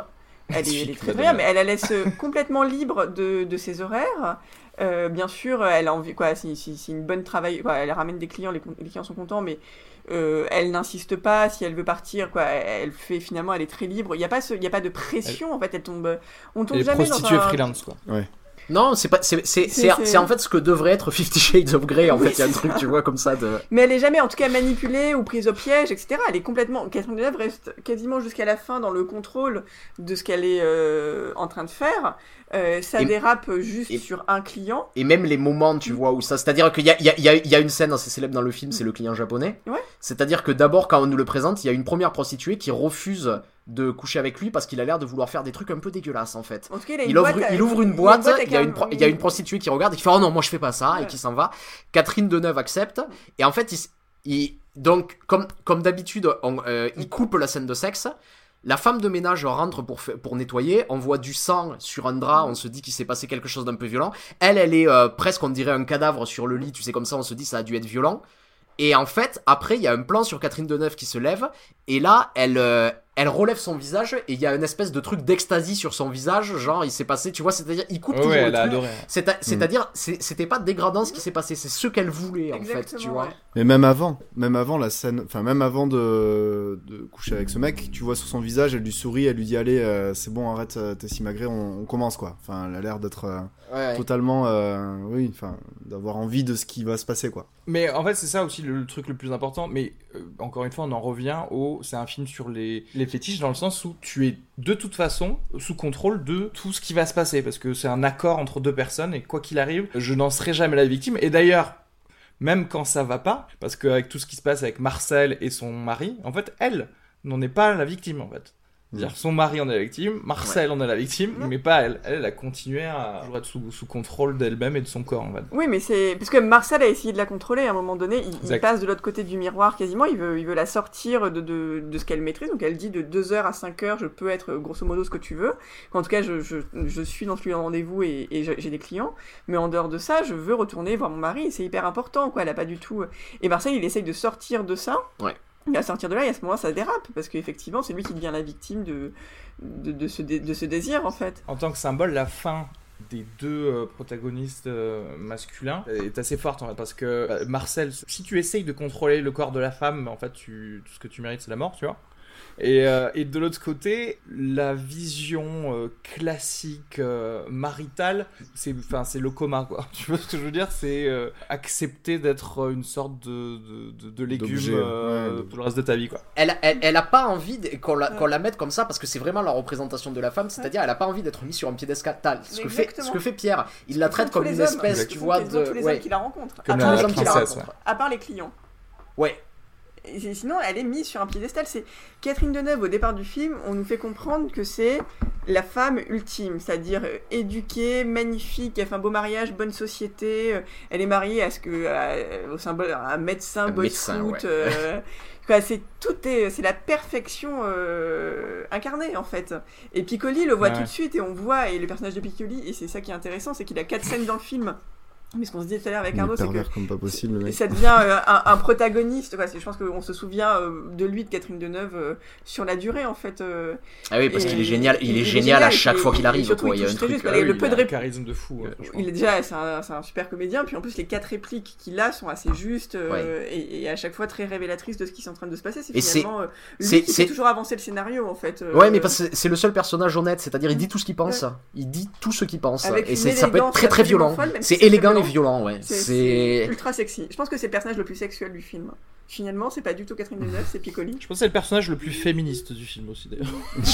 Elle est, elle est Chic, très, très madame. bien, mais elle la laisse complètement libre de, de ses horaires. Euh, bien sûr, elle a envie, quoi, si, si, si une bonne travail, quoi, elle ramène des clients, les, les clients sont contents, mais euh, elle n'insiste pas si elle veut partir, quoi. Elle, elle fait finalement, elle est très libre. Il n'y a pas ce, il y a pas de pression, elle... en fait. Elle tombe, on tombe Elle est jamais dans prostituée un... freelance, quoi. Ouais. Non, c'est pas, c'est, c'est, c'est, c'est... c'est en fait ce que devrait être Fifty Shades of Grey. En Oui, fait, il y a un c'est truc, ça. tu vois, comme ça de. Mais elle est jamais, en tout cas, manipulée ou prise au piège, et cetera. Elle est complètement. Catherine Deneuve reste quasiment jusqu'à la fin dans le contrôle de ce qu'elle est euh, en train de faire. Euh, ça Et- dérape juste et- sur un client. Et même les moments, tu vois, où ça. C'est-à-dire qu'il y a, il y, a, il y, a, il y a une scène assez célèbre dans le film, c'est le client japonais. Ouais. C'est-à-dire que d'abord, quand on nous le présente, il y a une première prostituée qui refuse de coucher avec lui parce qu'il a l'air de vouloir faire des trucs un peu dégueulasses, en fait. En tout cas, il, a une Il ouvre, boîte, il ouvre une il boîte, avec il y a un- une, pro- il y a une prostituée qui regarde et qui fait « Oh non, moi je fais pas ça » et Ouais. qui s'en va. Catherine Deneuve accepte. Et en fait, il, s- il- donc, comme, comme d'habitude, on, euh, il coupe la scène de sexe. La femme de ménage rentre pour, fa- pour nettoyer, on voit du sang sur un drap, on se dit qu'il s'est passé quelque chose d'un peu violent. Elle, elle est euh, presque, on dirait, un cadavre sur le lit, tu sais, comme ça, on se dit ça a dû être violent. Et en fait, après, il y a un plan sur Catherine Deneuve qui se lève, et là, elle, euh, elle relève son visage, et il y a une espèce de truc d'extasie sur son visage, genre, il s'est passé, tu vois, c'est-à-dire, il coupe Ouais, toujours ouais, le elle a truc. adoré. C'est à- c'est-à-dire, c'est- c'était pas dégradant ce qui s'est passé, c'est ce qu'elle voulait, en fait, Exactement, tu vois. ouais. Mais même avant, même avant la scène, enfin même avant de, de coucher avec ce mec, tu vois sur son visage, elle lui sourit, elle lui dit allez, euh, c'est bon, arrête euh, tes simagrées, on, on commence quoi. Enfin, elle a l'air d'être euh, Ouais. totalement, euh, oui, enfin, d'avoir envie de ce qui va se passer quoi. Mais en fait, c'est ça aussi le, le truc le plus important. Mais euh, encore une fois, on en revient au. C'est un film sur les, les fétiches dans le sens où tu es de toute façon sous contrôle de tout ce qui va se passer. Parce que c'est un accord entre deux personnes et quoi qu'il arrive, je n'en serai jamais la victime. Et d'ailleurs, même quand ça va pas, parce qu'avec tout ce qui se passe avec Marcel et son mari, en fait, elle n'en est pas la victime en fait. C'est-à-dire son mari en est la victime, Marcel en est la victime, Ouais. mais pas elle. Elle, elle a continué à toujours être sous, sous contrôle d'elle-même et de son corps en fait. Oui, mais c'est parce que Marcel a essayé de la contrôler à un moment donné. Il, il Exact. passe de l'autre côté du miroir quasiment. Il veut, il veut la sortir de, de, de ce qu'elle maîtrise. Donc elle dit de deux heures à cinq heures, je peux être grosso modo ce que tu veux. En tout cas, je, je, je suis dans ce lieu de rendez-vous et, et j'ai des clients. Mais en dehors de ça, je veux retourner voir mon mari. Et c'est hyper important, quoi. Elle a pas du tout. Et Marcel, il essaye de sortir de ça. Ouais. Et à sortir de là, et à ce moment-là, ça dérape parce qu'effectivement, c'est lui qui devient la victime de de, de, ce, dé- de ce désir en fait. En tant que symbole, la fin des deux euh, protagonistes euh, masculins est assez forte en fait, parce que bah, Marcel, si tu essayes de contrôler le corps de la femme, en fait, tu, tout ce que tu mérites c'est la mort, tu vois. Et, euh, et de l'autre côté, la vision euh, classique euh, maritale, c'est, enfin, c'est le coma, quoi. Tu vois ce que je veux dire? C'est euh, accepter d'être une sorte de, de, de, de légume D'objet, euh, ouais, de- pour le reste de ta vie, quoi. Elle, elle, elle a pas envie de- qu'on la, qu'on la mette comme ça parce que c'est vraiment la représentation de la femme, c'est-à-dire elle a pas envie d'être mise sur un piédestal. Ce que, fait, Exactement. ce que fait Pierre, il la traite Tous comme les une hommes, espèce, ce tu sont vois, quasiment de. tous les Ouais. hommes qui la rencontrent. Comme à, la- part la les clients. princesse, ouais. À part les clients. Ouais. Et c'est- sinon, elle est mise sur un piédestal. C'est Catherine Deneuve au départ du film. On nous fait comprendre que c'est la femme ultime, c'est-à-dire euh, éduquée, magnifique, elle fait un beau mariage, bonne société. euh, Elle est mariée à ce que à- au symbole un médecin, Un boy médecin, scout. ouais. euh, quoi, c'est tout est c'est la perfection euh, incarnée en fait. Et Piccoli le voit Ouais. tout de suite et on voit et le personnage de Piccoli et c'est ça qui est intéressant, c'est qu'il a quatre scènes dans le film. Mais ce qu'on se disait tout à l'heure avec Il est Arnaud, c'est que pervers comme pas possible le et mec. ça devient euh, un, un protagoniste. Quoi. C'est- Je pense qu'on se souvient euh, de lui, de Catherine Deneuve, euh, sur la durée, en fait. euh, Ah oui, parce et- qu'il est génial, il, il est est génial à génial, chaque et- fois qu'il et arrive. surtout, Quoi. il Il y a un touche très truc. juste, euh, voilà, Ah le oui, peu il de a un rép- charisme de fou, ouais, franchement. il est déjà, c'est un, c'est un super comédien. Puis en plus, les quatre répliques qu'il a sont assez justes euh, et, et à chaque fois très révélatrices de ce qui est en train de se passer. C'est Et c'est- finalement euh, lui c'est- qui c'est- fait toujours avancer le scénario, en fait. euh, Ouais, mais parce que c'est le seul personnage honnête, c'est-à-dire il dit tout ce qu'il pense, il dit tout ce qu'il pense, Avec et une c'est- ça peut être élégance très très absolument violent. folle, même si C'est c'est élégant très et violent, ouais. C'est- C'est C'est. ultra sexy. Je pense que c'est le personnage le plus sexuel du film. Finalement, c'est pas du tout Catherine Deneuve, c'est Piccoli. Je pense que c'est le personnage le plus féministe du film aussi d'ailleurs.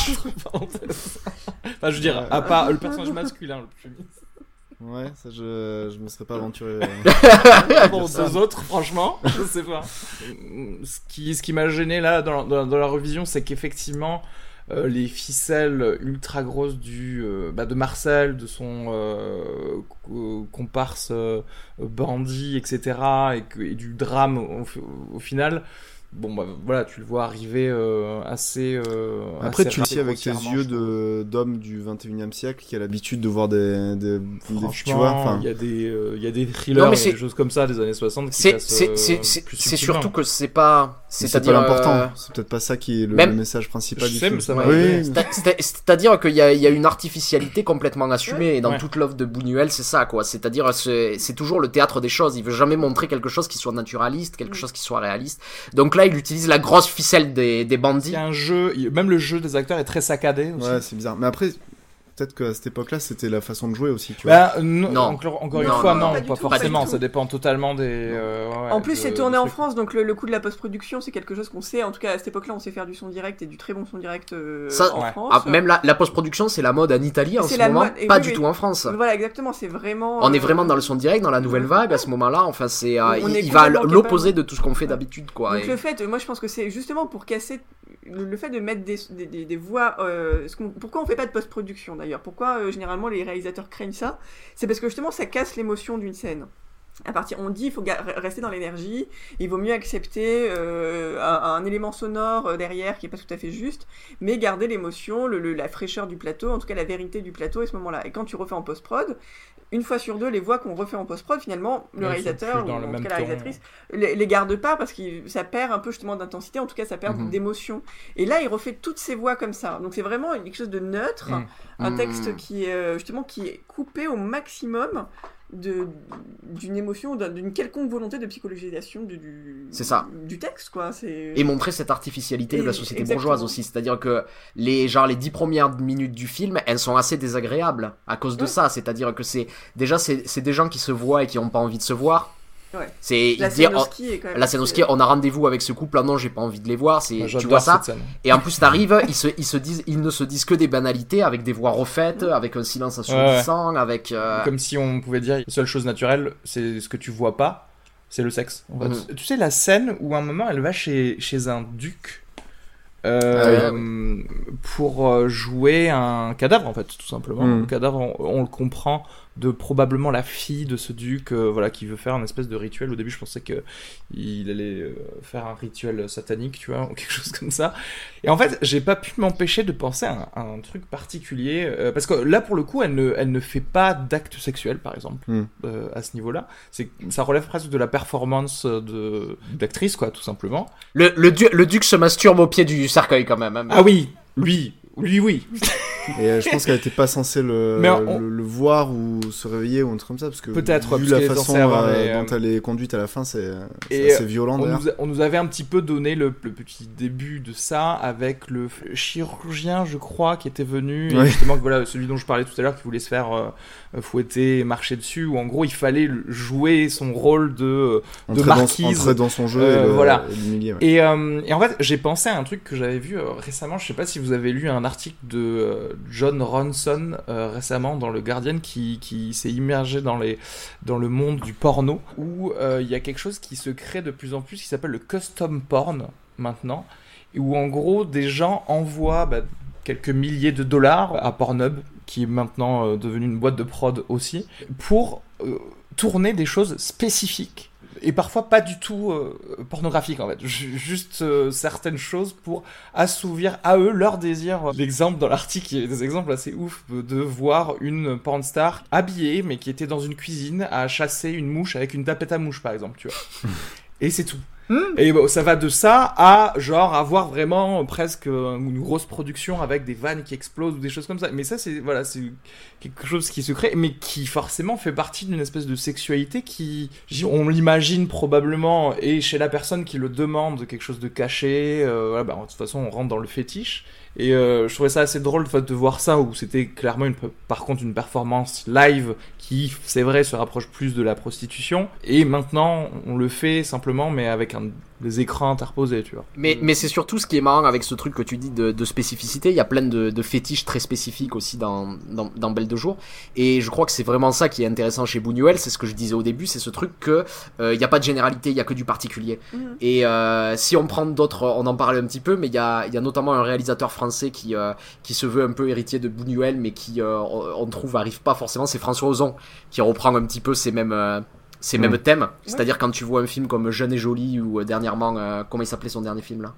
Parenthèse. Enfin, je veux dire, à part le personnage masculin le plus féministe. Ouais, ça je, je me serais pas aventuré. euh. Bon, deux autres, franchement, je sais pas. Ce qui, ce qui m'a gêné là dans, dans, dans la revision, c'est qu'effectivement, euh, les ficelles ultra grosses du, euh, bah, de Marcel, de son euh, co- comparse euh, bandit, et cetera, et, que, et du drame au, au final, bon bah voilà, tu le vois arriver euh, assez. Euh, Après, assez tu le sais avec tes grossièrement, yeux je trouve. de d'homme du vingt et unième siècle qui a l'habitude de voir des, des, des tu Franchement, vois, enfin. il y a des, euh, il y a des thrillers, Non, mais il y a c'est- des choses comme ça des années soixante qui C'est, passent, c'est, euh, c'est, c'est, plus c'est subtilement. surtout que c'est pas. C'est C'est-à-dire. pas l'important. euh, C'est peut-être pas ça qui est le, même- le message principal Je du sais, film. mais ça Ouais. m'a aidé. Oui, C'est- c'est- C'est-à-dire qu'il y a, il y a une artificialité complètement assumée, et dans Ouais. toute l'œuvre de Buñuel, c'est ça, quoi. C'est-à-dire, c'est, c'est toujours le théâtre des choses. Il veut jamais montrer quelque chose qui soit naturaliste, quelque chose qui soit réaliste. Donc là, il utilise la grosse ficelle des, des Il bandits. y a un jeu, il- même le jeu des acteurs est très saccadé aussi. Ouais, c'est bizarre. Mais après, peut-être qu'à cette époque-là, c'était la façon de jouer aussi, tu vois. Bah, non, Non. Encore, encore une Non, fois, non, non, pas pas, du tout, forcément, pas du ça tout. dépend totalement des. euh, ouais, En plus, de- c'est de tourné en trucs. France, donc le, le coût de la post-production, c'est quelque chose qu'on sait. En tout cas, à cette époque-là, on sait faire du son direct et du très bon son direct euh, Ça- en ouais. France. Ah, même la, la post-production, c'est la mode en Italie en C'est ce la moment, mode, et pas oui, du oui. tout en France. Voilà, exactement, c'est vraiment. On est euh, vraiment dans le son direct, dans la nouvelle vague à ce moment-là. Enfin, c'est, euh, On il, est il va à complètement l'opposé capable. de tout ce qu'on fait d'habitude, quoi. Donc Et- le fait, moi je pense que c'est justement pour casser le, le fait de mettre des, des, des, des voix. Euh, ce qu'on- pourquoi on fait pas de post-production d'ailleurs? Pourquoi euh, généralement les réalisateurs craignent ça? C'est parce que justement ça casse l'émotion d'une scène. À partir, on dit il faut ga- rester dans l'énergie, il vaut mieux accepter euh, un, un élément sonore euh, derrière qui est pas tout à fait juste, mais garder l'émotion, le, le- la fraîcheur du plateau, en tout cas la vérité du plateau à ce moment-là. Et quand tu refais en post-prod, une fois sur deux, les voix qu'on refait en post-prod, finalement, le Elles sont réalisateur, plus dans ou le en tout même cas la ton. réalisatrice, les, les garde pas parce que ça perd un peu justement d'intensité, en tout cas ça perd Mhm. d'émotion. Et là, il refait toutes ces voix comme ça. Donc c'est vraiment quelque chose de neutre, Mhm. un Mhm. texte qui est euh, justement qui est coupé au maximum de d'une émotion, d'un- d'une quelconque volonté de psychologisation du, du C'est ça. du texte quoi. C'est Et montrer cette artificialité de la Et- société exactement. bourgeoise aussi. C'est-à-dire que les, genre, les dix premières minutes du film, elles sont assez désagréables à cause de Ouais. ça. C'est-à-dire que c'est, déjà, c'est, c'est des gens qui se voient et qui n'ont pas envie de se voir. Ouais. C'est, la ils disent, scène au oh, ski est quand même. la scène au ski, on a rendez-vous avec ce couple, ah non, j'ai pas envie de les voir. C'est, Moi, tu j'adore vois ça. cette scène. Et en plus, t'arrives, ils se, ils se disent, ils ne se disent que des banalités avec des voix refaites, avec un silence assourdissant, avec, euh, Comme si on pouvait dire, la seule chose naturelle, c'est ce que tu vois pas, c'est le sexe. En fait. Mhm. Tu sais, la scène où à un moment, elle va chez, chez un duc euh, Ah pour euh, jouer un cadavre, en fait, tout simplement. Mhm. Le cadavre, on, on le comprend, de probablement la fille de ce duc, euh, voilà, qui veut faire un espèce de rituel. Au début, je pensais que il allait euh, faire un rituel satanique, tu vois, ou quelque chose comme ça. Et en fait, j'ai pas pu m'empêcher de penser à un, à un truc particulier, euh, parce que là, pour le coup, elle ne, elle ne fait pas d'acte sexuel, par exemple, Mm. euh, à ce niveau-là. C'est, ça relève presque de la performance de d'actrice, quoi, tout simplement. le, le, du- le duc se masturbe au pied du cercueil quand même. hein. Ah oui, lui, lui, oui. Et euh, je pense qu'elle était pas censée le, Mais on- le, le voir ou se réveiller ou un truc comme ça, parce que Peut-être, vu parce la qu'elle est façon censée avoir euh, des, euh, dont elle est conduite à la fin, c'est Et, c'est assez violent On d'ailleurs. nous, a- on nous avait un petit peu donné le, le petit début de ça avec le f- chirurgien, je crois, qui était venu, et Ouais. justement, voilà, celui dont je parlais tout à l'heure, qui voulait se faire euh, fouetter et marcher dessus, où en gros, il fallait le- jouer son rôle de, de Entrer dans, marquise. entrer dans son jeu Euh, et le- voilà. et l'humilier. Ouais. Et, euh, et en fait, j'ai pensé à un truc que j'avais vu euh, récemment. Je sais pas si vous avez lu un article de euh, John Ronson euh, récemment dans le Guardian qui, qui s'est immergé dans, les, dans le monde du porno, où euh, il y a quelque chose qui se crée de plus en plus qui s'appelle le custom porn maintenant, et où en gros des gens envoient bah, quelques milliers de dollars à Pornhub, qui est maintenant euh, devenu une boîte de prod aussi, pour euh, tourner des choses spécifiques. Et parfois pas du tout euh, pornographique en fait, Ju- juste euh, certaines choses pour assouvir à eux leur désir. L'exemple dans l'article, il y a des exemples assez ouf de voir une porn star habillée mais qui était dans une cuisine à chasser une mouche avec une tapette à mouche par exemple, tu vois. Et c'est tout. Et bon, ça va de ça à genre avoir vraiment presque une grosse production avec des vannes qui explosent ou des choses comme ça. Mais ça c'est voilà, c'est quelque chose qui se crée mais qui forcément fait partie d'une espèce de sexualité qui on l'imagine probablement et chez la personne qui le demande quelque chose de caché, euh, voilà, bah, de toute façon on rentre dans le fétiche. Et euh, je trouvais ça assez drôle de, de voir ça où c'était clairement une, par contre une performance live qui c'est vrai se rapproche plus de la prostitution et maintenant on le fait simplement mais avec un, des écrans interposés, tu vois. Mais, mais c'est surtout ce qui est marrant avec ce truc que tu dis de, de spécificité. Il y a plein de, de fétiches très spécifiques aussi dans, dans, dans Belle de Jour. Et je crois que c'est vraiment ça qui est intéressant chez Buñuel. C'est ce que je disais au début. C'est ce truc que euh, il n'y a pas de généralité, il n'y a que du particulier. Mhm. Et euh, si on prend d'autres, on en parlait un petit peu, mais il y a, il y a notamment un réalisateur français qui, euh, qui se veut un peu héritier de Buñuel, mais qui, euh, on, on trouve, arrive pas forcément. C'est François Ozon qui reprend un petit peu ces mêmes... Euh, ces Mmh. mêmes thèmes. C'est-à-dire quand tu vois un film comme Jeune et Jolie ou euh, dernièrement, euh, comment il s'appelait son dernier film là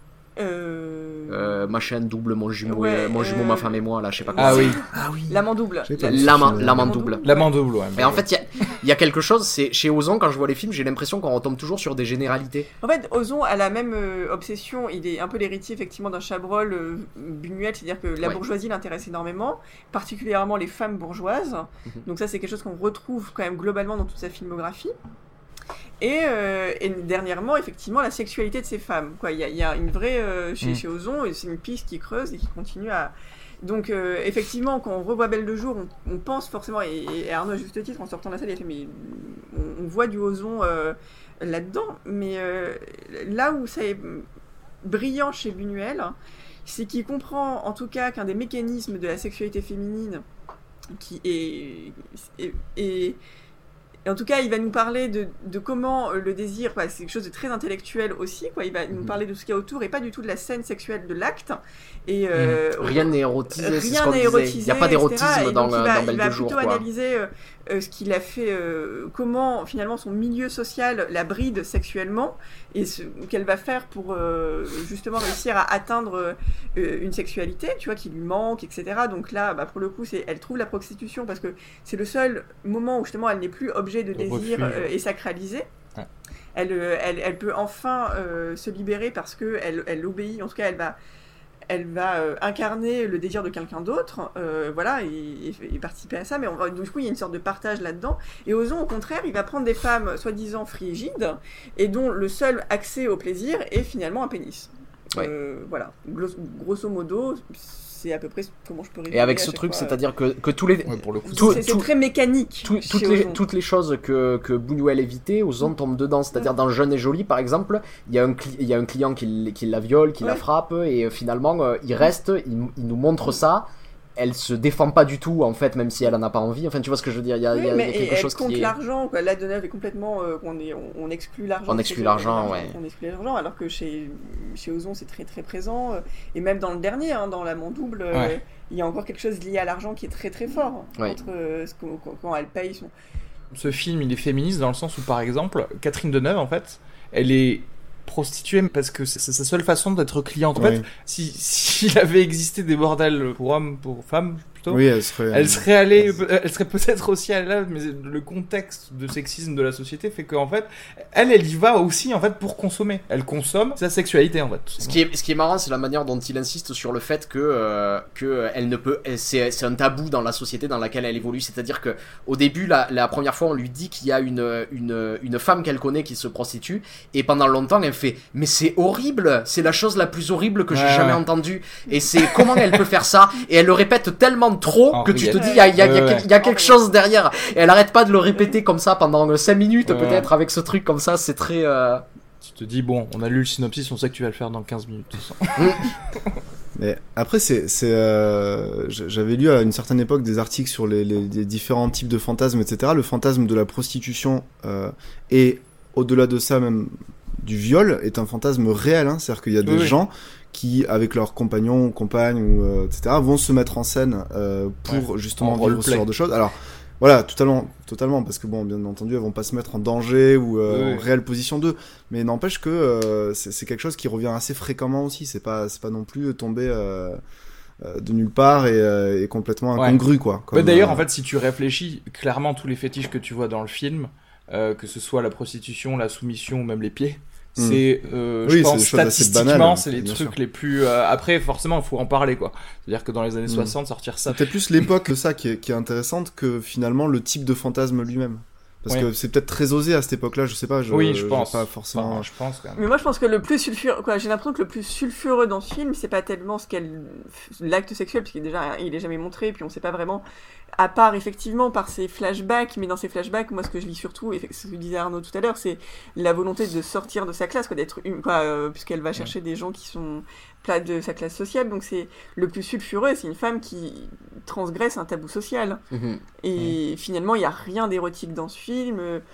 Euh... euh, Machin double, mon jumeau, Ouais, euh, mon jumeau, euh, ma femme et moi, là, je sais pas comment Ah c'est. oui. Ah oui. L'amant double. J'ai pas L'amant- vu ce l'amant film. l'amant double. L'amant double, ouais. Et en fait, il y a, il y a quelque chose, c'est chez Ozon, quand je vois les films, j'ai l'impression qu'on retombe toujours sur des généralités. En fait, Ozon a la même euh, obsession. Il est un peu l'héritier effectivement d'un Chabrol, euh, Buñuel, c'est-à-dire que la Ouais. bourgeoisie l'intéresse énormément, particulièrement les femmes bourgeoises. Mhm. Donc ça, c'est quelque chose qu'on retrouve quand même globalement dans toute sa filmographie. Et, euh, et dernièrement, effectivement, la sexualité de ces femmes. Quoi, il y a, il y a une vraie euh, chez, Mm. chez Ozon, et c'est une piste qui creuse et qui continue à. Donc, euh, effectivement, quand on revoit Belle de jour, on, on pense forcément, et, et Arnaud, à juste titre, en sortant de la salle, il a fait, mais on, on voit du Ozon euh, là-dedans, mais euh, là où ça est brillant chez Buñuel, c'est qu'il comprend en tout cas qu'un des mécanismes de la sexualité féminine qui est, est, est- et en tout cas, il va nous parler de, de comment euh, le désir, quoi, c'est quelque chose de très intellectuel aussi, quoi. Il va nous Mhm. parler de ce qu'il y a autour et pas du tout de la scène sexuelle de l'acte. Et euh, Rien n'est érotisé, c'est ce rien qu'on n'est disait. érotisé, Il n'y a pas et cetera. d'érotisme Et dans, donc, il euh, va, dans il Belle va de jour, plutôt quoi. analyser euh, euh, ce qu'il a fait, euh, comment finalement son milieu social la bride sexuellement et ce qu'elle va faire pour euh, justement réussir à atteindre euh, une sexualité, tu vois, qui lui manque, et cetera. Donc là, bah, pour le coup, c'est, elle trouve la prostitution parce que c'est le seul moment où justement elle n'est plus objet de De désir refuge. euh, et sacralisée. Ouais. Elle, euh, elle, elle peut enfin euh, se libérer parce que elle, elle obéit. En tout cas, elle va, elle va euh, incarner le désir de quelqu'un d'autre, euh, voilà, et, et- et participer à ça. Mais on va- du coup, il y a une sorte de partage là-dedans. Et Ozon, au contraire, il va prendre des femmes soi-disant frigides et dont le seul accès au plaisir est finalement un pénis. Ouais. Euh, voilà, Glos- grosso modo, c'est à peu près comment je peux résumer. Et avec à ce chaque truc, fois. c'est-à-dire que, que tous les, Ouais, pour le coup. tout- c'est, c'est tout- très mécanique. tout- chez toutes, les, Ozon. toutes les choses que, que Buñuel évitait, Ozon tombe dedans. C'est-à-dire dans Jeune et Jolie, par exemple, il y a un, cli- il y a un client qui, qui la viole, qui la Ouais. frappe, et euh, finalement, euh, il reste, il, il nous montre ça. Elle se défend pas du tout, en fait, même si elle en a pas envie. Enfin, tu vois ce que je veux dire. Il y a, il Oui, y a- il y a mais quelque elle chose compte qui est. l'argent, quoi. Là, Deneuve est complètement, euh, on, est, on, on exclut l'argent. On de exclut ces l'argent, œuvres, ouais. On exclut l'argent, alors que chez, chez Ozon, c'est très très présent. euh, Et même dans le dernier, hein, dans l'amant double, euh, Ouais. il y a encore quelque chose lié à l'argent qui est très très fort. Ouais. Entre euh, ce qu'on- quand, quand elle paye son. Ce film, il est féministe dans le sens où, par exemple, Catherine Deneuve, en fait, elle est prostituée parce que c'est c'est sa seule façon d'être cliente. En Oui. fait, si s'il avait existé des bordels pour hommes, pour femmes plutôt, Oui, elle serait. elle serait allée, elle serait peut-être aussi allée là, mais le contexte de sexisme de la société fait qu'en fait, elle, elle y va aussi en fait pour consommer. Elle consomme sa sexualité en fait. tout Ce simplement. qui, est, ce qui est marrant, c'est la manière dont il insiste sur le fait que, euh, que euh, elle ne peut, elle- c'est, c'est un tabou dans la société dans laquelle elle évolue. C'est-à-dire que au début, la, la première fois, on lui dit qu'il y a une, une, une femme qu'elle connaît qui se prostitue, et pendant longtemps, elle fait, mais c'est horrible, c'est la chose la plus horrible que j'ai Ouais, jamais ouais. entendue. Et c'est comment elle peut faire ça, et elle le répète tellement trop que tu te Henriette. dis, il y a, il y a- il y a Ouais, quel- il y a quelque ouais. chose derrière. Et elle arrête pas de le répéter comme ça pendant cinq minutes Ouais. peut-être avec ce truc comme ça. C'est très. euh, Tu te dis bon, on a lu le synopsis, on sait que tu vas le faire dans quinze minutes. de toute façon. Mais après, c'est, c'est, euh, j- j'avais lu à une certaine époque des articles sur les, les, les différents types de fantasmes, et cetera. Le fantasme de la prostitution euh, et au-delà de ça même du viol est un fantasme réel. Hein. C'est-à-dire qu'il y a des Oui, oui. gens qui, avec leurs compagnons ou compagnes, ou, euh, et cetera, vont se mettre en scène euh, pour justement En vivre ce roleplay. genre de choses. Alors, voilà, totalement, totalement, parce que bon, bien entendu, elles vont pas se mettre en danger ou euh, Oui, en oui. réelle position d'eux, mais n'empêche que euh, c'est, c'est quelque chose qui revient assez fréquemment aussi. C'est pas, c'est pas non plus tomber euh, euh, de nulle part et, euh, et complètement Ouais. incongru, quoi. Comme, Bah, d'ailleurs, euh, en fait, si tu réfléchis, clairement, tous les fétiches que tu vois dans le film, euh, que ce soit la prostitution, la soumission ou même les pieds, Mm. c'est, euh, Oui, je c'est pense, des choses assez statistiquement, banales, c'est les bien trucs sûr. les plus... euh, après, forcément, il faut en parler, quoi. C'est-à-dire que dans les années Mm. soixante, sortir ça... c'est peut-être plus l'époque de ça qui est, qui est intéressante que finalement le type de fantasme lui-même. Parce Ouais. que c'est peut-être très osé à cette époque-là, je sais pas. Je, oui, je j'ai pense. Pas forcément. Enfin, je pense, quand même. Mais moi, je pense que le plus sulfureux, quoi, j'ai l'impression que le plus sulfureux dans ce film, c'est pas tellement ce qu'elle, l'acte sexuel, parce qu'il est déjà, il est jamais montré, puis on sait pas vraiment, à part effectivement par ses flashbacks, mais dans ces flashbacks, moi, ce que je lis surtout, et ce que disait Arnaud tout à l'heure, c'est la volonté de sortir de sa classe, quoi, d'être une, quoi, euh, puisqu'elle va chercher des gens qui sont plats de sa classe sociale, donc c'est le plus sulfureux, c'est une femme qui transgresse un tabou social. mhm. Et finalement, il n'y a rien d'érotique dans ce film. Euh,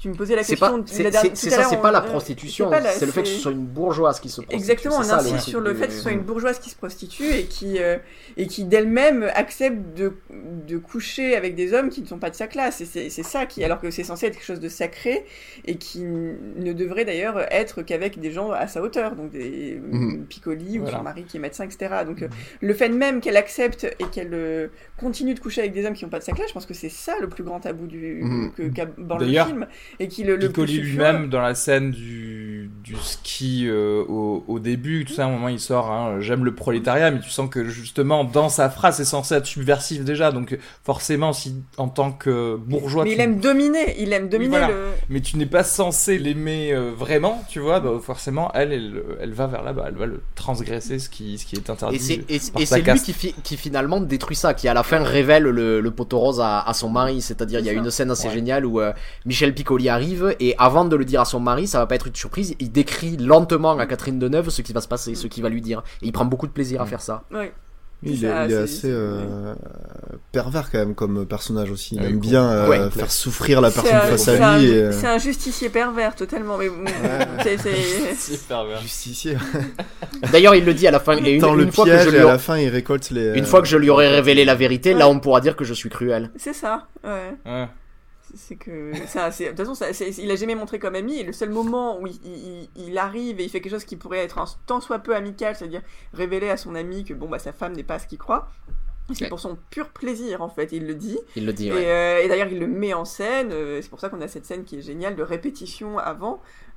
tu me posais la C'est question. pas, c'est, la dernière- c'est, c'est tout à ça, l'heure, c'est on- pas la euh, prostitution, c'est pas la- c'est le fait que c'est- ce soit une bourgeoise qui se prostitue. Exactement, c'est on ça, insiste le sur truc le de- fait que ce soit une bourgeoise qui se prostitue et qui, euh, et qui d'elle-même accepte de, de coucher avec des hommes qui ne sont pas de sa classe. Et c'est, c'est ça qui, alors que c'est censé être quelque chose de sacré et qui ne devrait d'ailleurs être qu'avec des gens à sa hauteur, donc des Mhm. Piccoli ou Voilà. son mari qui est médecin, et cetera. Donc euh, le fait même qu'elle accepte et qu'elle euh, continue de coucher avec des hommes qui n'ont pas de sa classe, je pense que c'est ça le plus grand tabou du, Mhm. que, qu'aborde le D'ailleurs, film. Et qui le, le Piccoli plus lui-même, dans la scène du, du ski euh, au, au début, tout ça, à un moment il sort hein, j'aime le prolétariat, mais tu sens que justement dans sa phrase c'est censé être subversif déjà, donc forcément si en tant que bourgeois Mais tu... il aime dominer, il aime dominer voilà. le. mais tu n'es pas censé l'aimer euh, vraiment, tu vois, bah, forcément elle, elle elle va vers là-bas, elle va le transgresser ce qui, ce qui est interdit. Et c'est, et, par et sa c'est lui caste. qui, fi- qui finalement détruit ça, qui à la fin révèle le, le poteau rose à, à son mari. C'est-à-dire, il y a C'est ça. une scène assez Ouais. géniale où euh, Michel Piccoli arrive et avant de le dire à son mari, ça va pas être une surprise, il décrit lentement à Catherine Deneuve ce qui va se passer, ce qu'il va lui dire. Et il prend beaucoup de plaisir à faire ça. Ouais. Il, C'est est, ça, il est c'est- assez c'est- euh, pervers quand même comme personnage aussi. Il Ouais, aime com- bien euh, ouais. faire souffrir la C'est personne un- face c'est à un, lui. Et, euh, c'est un justicier pervers totalement, mais bon, c'est, c'est... C'est pervers. Justicier. D'ailleurs, il le dit à la fin. Et une, Tend le une fois que piège je et lui, à la fin il récolte les. une fois que je lui aurai révélé la vérité, Ouais. là on pourra dire que je suis cruel. c'est ça, ouais. Ouais. C'est- C'est que ça, c'est, de toute façon, ça, c'est, il a jamais montré comme ami. Et le seul moment où il, il, il arrive et il fait quelque chose qui pourrait être un tant soit peu amical, c'est-à-dire révéler à son ami que bon bah sa femme n'est pas ce qu'il croit, c'est Ouais. pour son pur plaisir en fait. Il le dit. Il le dit, Et, ouais. euh, et d'ailleurs, il le met en scène. euh, c'est pour ça qu'on a cette scène qui est géniale de répétition avant.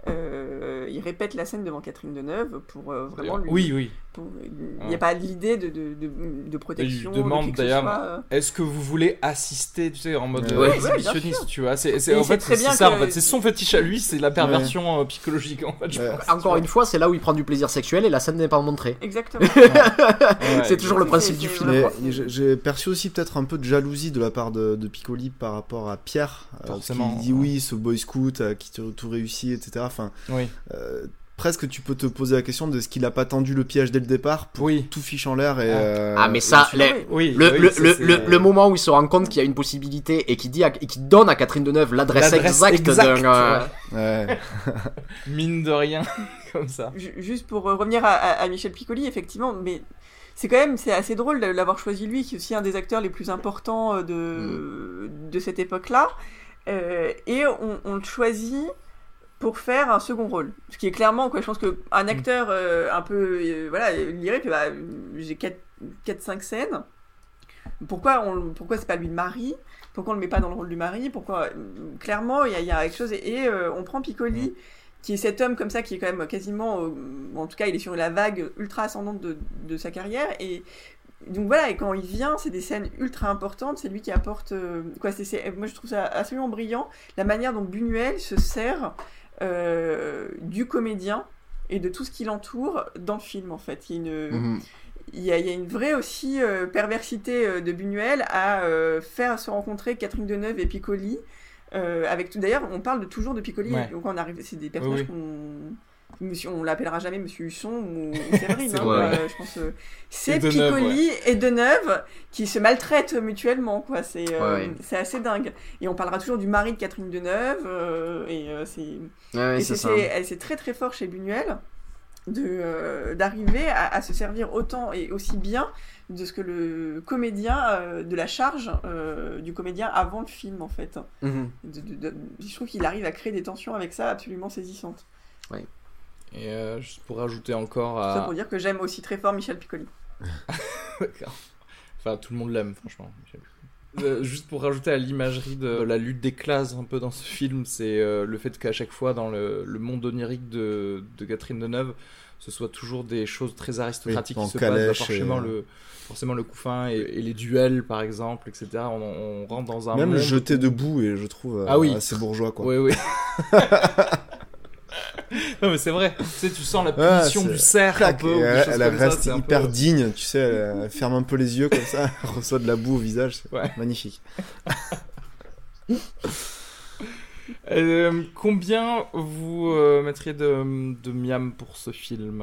Euh, il répète la scène devant Catherine Deneuve pour euh, vraiment lui. Oui, oui. pour- il n'y Ouais. a pas l'idée de, de, de, de protection. Il lui demande de qui que ce d'ailleurs, soit, euh. est-ce que vous voulez assister, tu sais, en mode Ouais, euh, ouais, bien exhibitionniste, sûr. tu vois. C'est, c'est, Et en c'est fait, très c'est bien ça, que- en fait, c'est son fétiche à lui, c'est la perversion euh, psychologique, en fait. je Ouais. pense. Encore une fois, c'est là où il prend du plaisir sexuel et la scène n'est pas montrée. Exactement. Ouais, c'est toujours le c'est- principe c'est- du c'est film. Mais quoi. j'ai- j'ai perçu aussi peut-être un peu de jalousie de la part de, de Piccoli par rapport à Pierre. euh, parce Forcément, qu'il dit ouais. oui, ce boy scout euh, qui tout, tout réussit, et cetera. Enfin, Oui. euh, presque tu peux te poser la question de ce qu'il a pas tendu le piège dès le départ pour Oui. tout fiche en l'air et. Ah. euh, Ah, mais et ça, ensuite- les- Oui, Le, oui, le, ça, le, c'est- le, le moment où il se rend compte qu'il y a une possibilité et qui dit à- et qui donne à Catherine Deneuve l'adresse, L'adresse exacte, exacte, d'un, euh, ouais. Ouais. Mine de rien, comme ça. Ju- Juste pour euh, revenir à, à- à Michel Piccoli, effectivement, mais c'est quand même c'est assez drôle de l'avoir choisi lui, qui est aussi un des acteurs les plus importants euh, de, de cette époque-là. Euh, et on, on le choisit pour faire un second rôle. Ce qui est clairement, quoi, je pense qu'un acteur euh, un peu, euh, voilà, lirait, puis bah, j'ai quatre cinq scènes. Pourquoi, on, pourquoi c'est pas lui le mari ? Pourquoi on le met pas dans le rôle du mari ? Pourquoi clairement, il y, a- il y a quelque chose. Et, et, euh, on prend Piccoli, qui est cet homme comme ça, qui est quand même quasiment, euh, en tout cas, il est sur la vague ultra ascendante de, de sa carrière. Et donc voilà, et quand il vient, c'est des scènes ultra importantes. C'est lui qui apporte. euh, quoi, c'est, c'est- moi, je trouve ça absolument brillant, la manière dont Buñuel se sert euh, du comédien et de tout ce qui l'entoure dans le film, en fait. Il y a une. mhm. Il y, a, il y a une vraie aussi euh, perversité euh, de Buñuel à euh, faire se rencontrer Catherine Deneuve et Piccoli. Euh, avec tout, d'ailleurs, on parle de, toujours de Piccoli. Ouais. Donc on arrive, c'est des personnages Oui, qu'on, Monsieur, on l'appellera jamais Monsieur Husson ou, ou Séverine. C'est hein, vrai. euh, je pense. euh, c'est Et Deneuve, Piccoli et Deneuve qui se maltraitent mutuellement, quoi. C'est, euh, Ouais. c'est assez dingue. Et on parlera toujours du mari de Catherine Deneuve. euh, et euh, c'est. Ouais, ouais, Et c'est c'est, ça. c'est, elle- c'est très très fort chez Buñuel de, euh, d'arriver à, à se servir autant et aussi bien de ce que le comédien, euh, de la charge euh, du comédien avant le film en fait. Mhm. De, de- de- je trouve qu'il arrive à créer des tensions avec ça absolument saisissantes. Et euh, juste pour rajouter encore Tout ça à... pour dire que j'aime aussi très fort Michel Piccoli. D'accord. Enfin, tout le monde l'aime, franchement. Euh, juste pour rajouter à l'imagerie de la lutte des classes un peu dans ce film, c'est euh, le fait qu'à chaque fois dans le, le monde onirique de, de Catherine Deneuve, ce soit toujours des choses très aristocratiques Oui, en qui se passent, pas calèche forcément, et- le, forcément le couffin et, et les duels par exemple, et cetera. On, on rentre dans un Même monde... jeté debout et je trouve euh, Ah oui. assez bourgeois quoi. Oui, oui. Non mais c'est vrai, tu sais, tu sens la Ouais, punition c'est- du cerf un Clac, peu, et ou des elle, choses elle comme ça, reste c'est un hyper peu- digne, tu sais, elle, elle ferme un peu les yeux comme ça, elle reçoit de la boue au visage, c'est Ouais. magnifique. Euh, combien vous euh, mettriez de, de miam pour ce film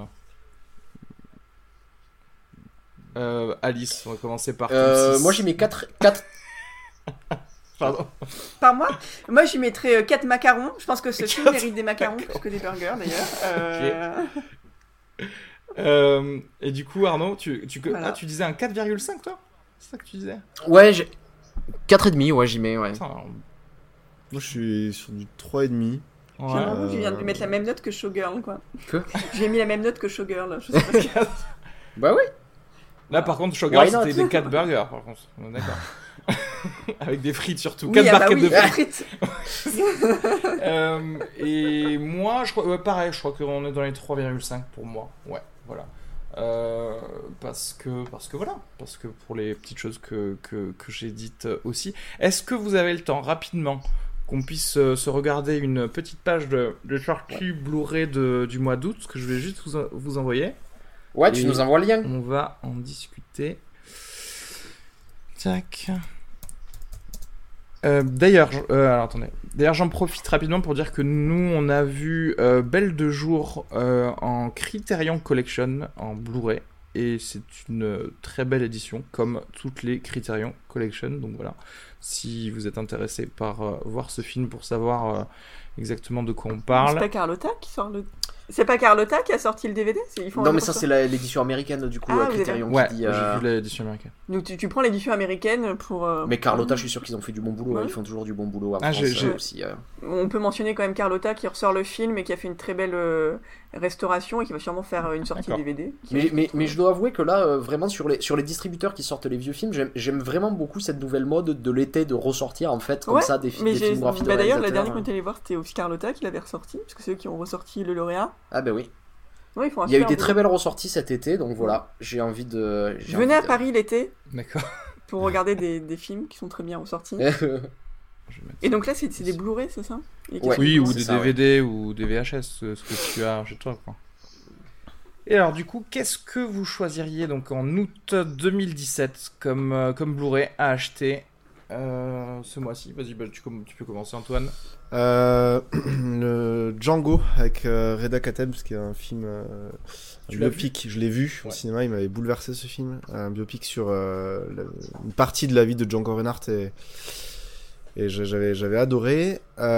euh, Alice, on va commencer par Euh, ton six. moi, j'y mets quatre, quatre, Pardon. Par mois. Moi, j'y mettrais quatre macarons. Je pense que ce film mérite des macarons plus que des burgers, d'ailleurs. Euh... Okay. euh, et du coup, Arnaud, tu, tu, Voilà. ah, tu disais un quatre virgule cinq, toi ? C'est ça que tu disais ? Ouais, j'ai... quatre virgule cinq, ouais, j'y mets, ouais. Putain, Moi, je suis sur du trois virgule cinq. J'ai l'impression que tu viens de lui mettre la même note que Showgirl, quoi. Que J'ai mis la même note que Showgirl. Je sais pas ce que... Bah oui. Là, par contre, Showgirl, Why not? c'était des quatre burgers, par contre. On est d'accord. Avec des frites, surtout. Oui, quatre ah bah barquettes oui, de la frites. frite. Euh, et moi, je crois, ouais, pareil, je crois qu'on est dans les trois virgule cinq pour moi. Ouais, voilà. Euh, parce que, parce que voilà, parce que pour les petites choses que, que, que j'ai dites aussi. Est-ce que vous avez le temps, rapidement, qu'on puisse euh, se regarder une petite page de, de sortie Blu-ray de, du mois d'août, que je vais juste vous, vous envoyer. Ouais, tu Et nous envoies le lien. On va en discuter. Tac. Euh, d'ailleurs, euh, alors attendez. D'ailleurs, j'en profite rapidement pour dire que nous, on a vu euh, Belle de jour euh, en Criterion Collection en Blu-ray, et c'est une euh, très belle édition, comme toutes les Criterion Collection. Donc voilà, si vous êtes intéressé par euh, voir ce film pour savoir euh, exactement de quoi on C'est parle. pas Carlotta qui sort le... C'est pas Carlotta qui a sorti le D V D c'est... Ils font Non, un mais autre ça, sort. c'est la- l'édition américaine, du coup, Ah, euh, vous Criterion Ouais, qui dit. j'ai euh, vu l'édition américaine. Donc tu, tu prends l'édition américaine pour... euh, Mais Carlotta, je suis sûr qu'ils ont fait du bon boulot. Ouais. hein, Ils font toujours du bon boulot en Ah, France j'ai- j'ai- euh, aussi. euh. On peut mentionner quand même Carlotta qui ressort le film et qui a fait une très belle euh, restauration et qui va sûrement faire euh, une sortie D'accord. D V D. Qui Mais, va- mais, mais je dois avouer que là, euh, vraiment, sur les, sur les distributeurs qui sortent les vieux films, j'aime, j'aime vraiment beaucoup cette nouvelle mode de l'été de ressortir, en fait, comme Ouais, ça, des, fi- Mais des j'ai... filmographies de bah, d'ailleurs, la réalisateurs. dernière qu'on est allé voir, c'était aussi Carlotta qui l'avait ressorti, parce que c'est eux qui ont ressorti le lauréat. Ah, bah oui. Ouais, ils font un Il y a eu super des boulot. très belles ressorties cet été, donc voilà, j'ai envie de. j'ai Je venais à envie de- Paris l'été D'accord. pour regarder des, des films qui sont très bien ressortis. Je vais mettre Et donc là, c'est, c'est des Blu-ray, c'est ça Et qui Ouais. sont- Oui, ou c'est des ça, D V D ou des V H S, ce ce que tu as chez toi, quoi. Et alors, du coup, qu'est-ce que vous choisiriez donc en août deux mille dix-sept comme, euh, comme Blu-ray à acheter euh, ce mois-ci? Vas-y, bah, tu, com- tu peux commencer, Antoine. Euh, le Django avec euh, Reda Kateb, parce qu'il y a un film, euh, un Tu l'as biopic, je l'ai vu au Ouais. cinéma, il m'avait bouleversé ce film, un biopic sur euh, la- une partie de la vie de Django Reinhardt et, et je- j'avais, j'avais adoré.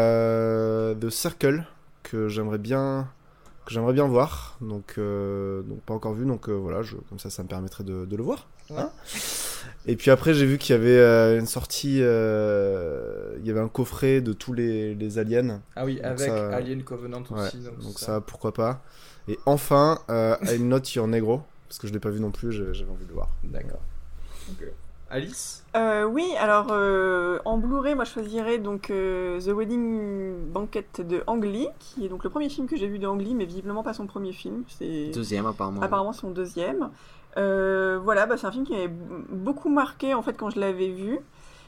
Euh, The Circle, que j'aimerais bien, que j'aimerais bien voir, donc, euh, donc pas encore vu, donc euh, voilà, je, comme ça, ça me permettrait de, de le voir. Ouais. Hein. Et puis après, j'ai vu qu'il y avait euh, une sortie, euh, il y avait un coffret de tous les, les aliens. Ah oui, Donc avec ça- Alien Covenant Ouais, aussi. Donc, donc ça. ça, pourquoi pas. Et enfin, euh, I'm Not Your Negro, parce que je l'ai pas vu non plus, j'ai- j'avais envie de le voir. D'accord. Ok. Alice? Euh, oui, alors euh, en Blu-ray, moi je choisirais donc euh, The Wedding Banquet de Ang Lee, qui est donc le premier film que j'ai vu de Ang Lee, mais visiblement pas son premier film. C'est Deuxième, apparemment. apparemment son deuxième. Euh, voilà, bah, c'est un film qui m'avait b- beaucoup marqué en fait quand je l'avais vu.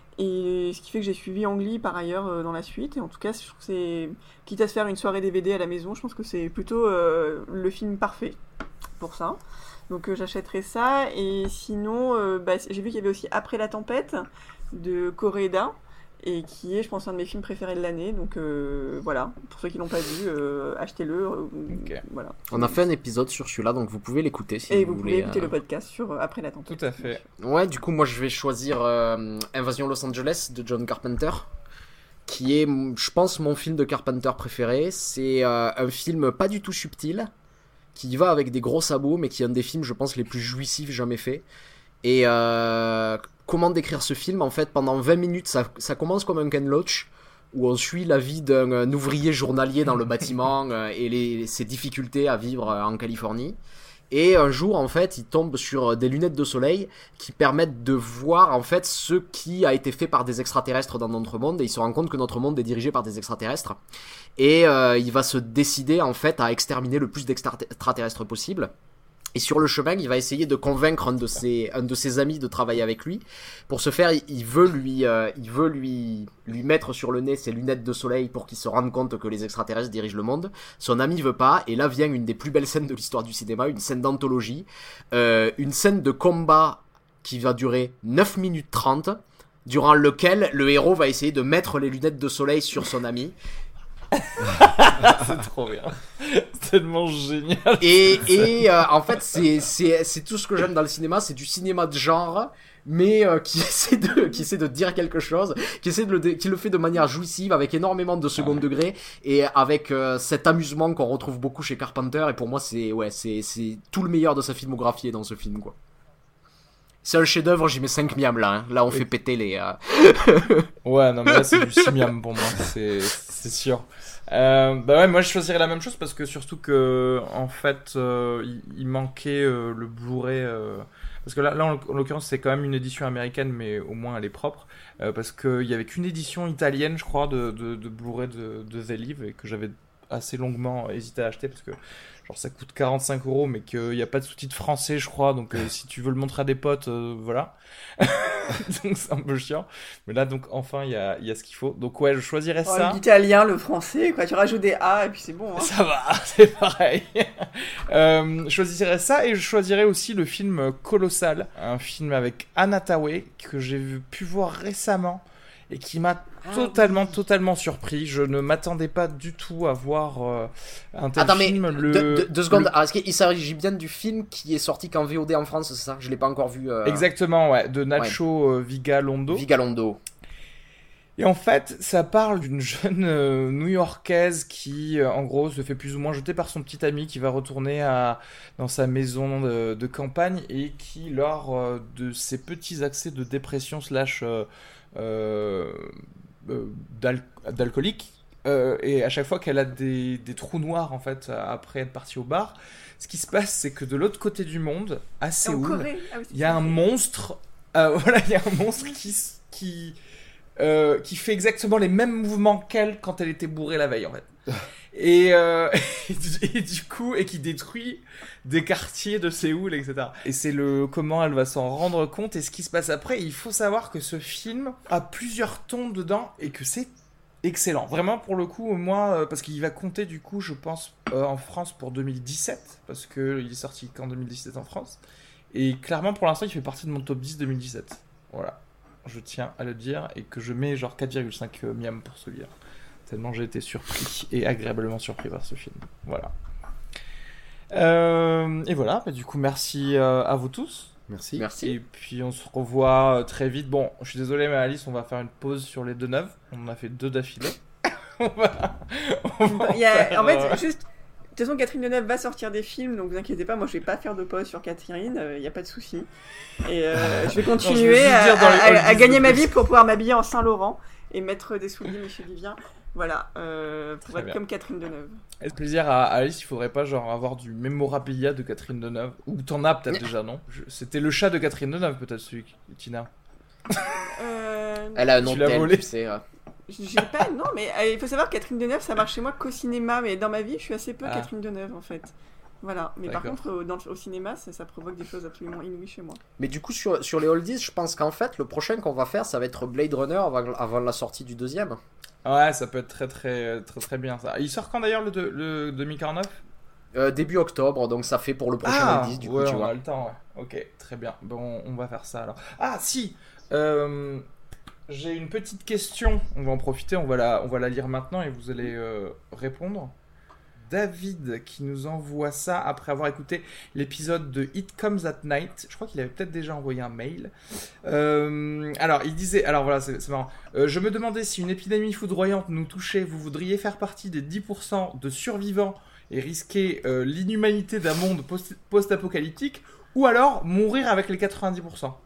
Et ce qui fait que j'ai suivi Ang Lee par ailleurs euh, dans la suite. Et en tout cas, je trouve que c'est. Quitte à se faire une soirée D V D à la maison, je pense que c'est plutôt euh, le film parfait pour ça. Donc euh, j'achèterai ça. Et sinon, euh, bah, j'ai vu qu'il y avait aussi Après la tempête de Koreeda. Et qui est, je pense, un de mes films préférés de l'année. Donc euh, voilà, pour ceux qui l'ont pas vu, euh, achetez-le. euh, Ok. Voilà. On a fait un épisode sur celui-là, donc vous pouvez l'écouter si Et vous, vous voulez. pouvez écouter euh. le podcast sur euh, Après la tempête. Tout à fait. Ouais, du coup, moi je vais choisir euh, Invasion Los Angeles de John Carpenter, qui est, je pense, mon film de Carpenter préféré. C'est euh, un film pas du tout subtil, qui va avec des gros sabots, mais qui est un des films, je pense, les plus jouissifs jamais faits. Et euh, comment décrire ce film? En fait, pendant vingt minutes, ça, ça commence comme un Ken Loach, où on suit la vie d'un un ouvrier journalier dans le bâtiment euh, et les, ses difficultés à vivre euh, en Californie. Et un jour, en fait, il tombe sur des lunettes de soleil qui permettent de voir, en fait, ce qui a été fait par des extraterrestres dans notre monde. Et il se rend compte que notre monde est dirigé par des extraterrestres. Et euh, il va se décider, en fait, à exterminer le plus d'extraterrestres possible. Et sur le chemin, il va essayer de convaincre un de ses, un de ses amis de travailler avec lui. Pour ce faire, il veut lui, euh, il veut lui, lui mettre sur le nez ses lunettes de soleil pour qu'il se rende compte que les extraterrestres dirigent le monde. Son ami veut pas, et là vient une des plus belles scènes de l'histoire du cinéma, une scène d'anthologie, euh, une scène de combat qui va durer neuf minutes trente, durant lequel le héros va essayer de mettre les lunettes de soleil sur son ami. C'est trop bien. C'est tellement génial. Et, et euh, en fait, c'est, c'est, c'est tout ce que j'aime dans le cinéma, c'est du cinéma de genre, mais euh, qui essaie de qui essaie de dire quelque chose, qui essaie de le qui le fait de manière jouissive avec énormément de second ouais. degré et avec euh, cet amusement qu'on retrouve beaucoup chez Carpenter. Et pour moi, c'est ouais, c'est c'est tout le meilleur de sa filmographie est dans ce film, quoi. C'est un chef-d'œuvre, j'y mets cinq miams là. Hein. Là, on oui. fait péter les. Euh... ouais, non mais là c'est du six miams pour moi, c'est c'est sûr. Euh, bah ouais, moi je choisirais la même chose parce que surtout que en fait euh, il, il manquait euh, le Blu-ray euh, parce que là, là en, en l'occurrence c'est quand même une édition américaine mais au moins elle est propre euh, parce qu'il y avait qu'une édition italienne je crois de, de, de Blu-ray de, de The Live et que j'avais assez longuement hésité à acheter parce que genre ça coûte quarante-cinq euros mais qu'il n'y a pas de sous-titres français je crois donc euh, si tu veux le montrer à des potes euh, voilà donc c'est un peu chiant mais là donc enfin il y a, y a ce qu'il faut donc ouais je choisirais oh, ça l'italien le français quoi tu rajoutes des A et puis c'est bon hein. Ça va c'est pareil euh, je choisirais ça et je choisirais aussi le film Colossal un film avec Anna Thaoué que j'ai pu voir récemment et qui m'a ah, totalement, oui. totalement surpris. Je ne m'attendais pas du tout à voir euh, un tel Attends, film. Mais le... deux, deux, deux secondes. Le... Ah, est-ce qu'il s'agit bien du film qui est sorti qu'en V O D en France, c'est ça ? Je l'ai pas encore vu. Euh... Exactement, ouais, de Nacho ouais. Vigalondo. Vigalondo. Et en fait, ça parle d'une jeune euh, New-Yorkaise qui, euh, en gros, se fait plus ou moins jeter par son petit ami qui va retourner à, dans sa maison de, de campagne et qui, lors euh, de ses petits accès de dépression slash euh, euh, euh, d'al- d'alcoolique, euh, et à chaque fois qu'elle a des, des trous noirs, en fait, après être partie au bar, ce qui se passe, c'est que de l'autre côté du monde, à Séoul, il ah oui, y a un monstre, euh, voilà, il y a un monstre qui... qui Euh, qui fait exactement les mêmes mouvements qu'elle quand elle était bourrée la veille en fait. Et, euh, et, du, et du coup, et qui détruit des quartiers de Séoul, et cetera. Et c'est le comment elle va s'en rendre compte et ce qui se passe après. Il faut savoir que ce film a plusieurs tons dedans et que c'est excellent. Vraiment pour le coup, moi, euh, parce qu'il va compter du coup, je pense, euh, en France pour deux mille dix-sept, parce que il est sorti qu'en deux mille dix-sept en France. Et clairement, pour l'instant, il fait partie de mon top dix deux mille dix-sept. Voilà. Je tiens à le dire, et que je mets genre quatre virgule cinq miam pour celui-là. Tellement j'ai été surpris, et agréablement surpris par ce film. Voilà. Euh, et voilà, bah, du coup, merci euh, à vous tous. Merci. Merci. Et puis on se revoit euh, très vite. Bon, je suis désolé, mais Alice, on va faire une pause sur les deux neuves. On en a fait deux d'affilée. on va... on va Il y a... faire, En fait, euh... juste... De toute façon, Catherine Deneuve va sortir des films, donc vous inquiétez pas, moi je vais pas faire de pause sur Catherine, il euh, n'y a pas de souci. Et euh, je vais continuer non, je à, à, à, à gagner ma vie pour pouvoir m'habiller en Saint-Laurent et mettre des souliers Michel Vivien. Voilà, euh, pour Très être bien. Comme Catherine Deneuve. Est-ce plaisir à Alice, il faudrait pas genre avoir du mémorabilia de Catherine Deneuve? Ou t'en as peut-être déjà, non? je... C'était le chat de Catherine Deneuve, peut-être celui, Tina. euh... Elle a un nom tu l'as volé. Tu sais, euh... J'ai pas, non, mais euh, il faut savoir que Catherine Deneuve, ça marche chez moi qu'au cinéma, mais dans ma vie, je suis assez peu ah. Catherine Deneuve en fait. Voilà, mais D'accord. Par contre, au, dans, au cinéma, ça, ça provoque des choses absolument inouïes chez moi. Mais du coup, sur, sur les oldies, je pense qu'en fait, le prochain qu'on va faire, ça va être Blade Runner avant, avant la sortie du deuxième. Ouais, ça peut être très très très très bien ça. Il sort quand d'ailleurs le, de, le deux mille quarante-neuf euh, Début octobre, donc ça fait pour le prochain ah, oldies, du ouais, coup, tu on vois. a le temps, ouais. Ok, très bien. Bon, on va faire ça alors. Ah, si euh... J'ai une petite question, on va en profiter, on va la, on va la lire maintenant et vous allez euh, répondre. David qui nous envoie ça après avoir écouté l'épisode de It Comes at Night. Je crois qu'il avait peut-être déjà envoyé un mail. Euh, alors, il disait... Alors voilà, c'est, c'est marrant. Euh, je me demandais si une épidémie foudroyante nous touchait, vous voudriez faire partie des dix pour cent de survivants et risquer euh, l'inhumanité d'un monde post- post-apocalyptique ou alors mourir avec les quatre-vingt-dix pour cent.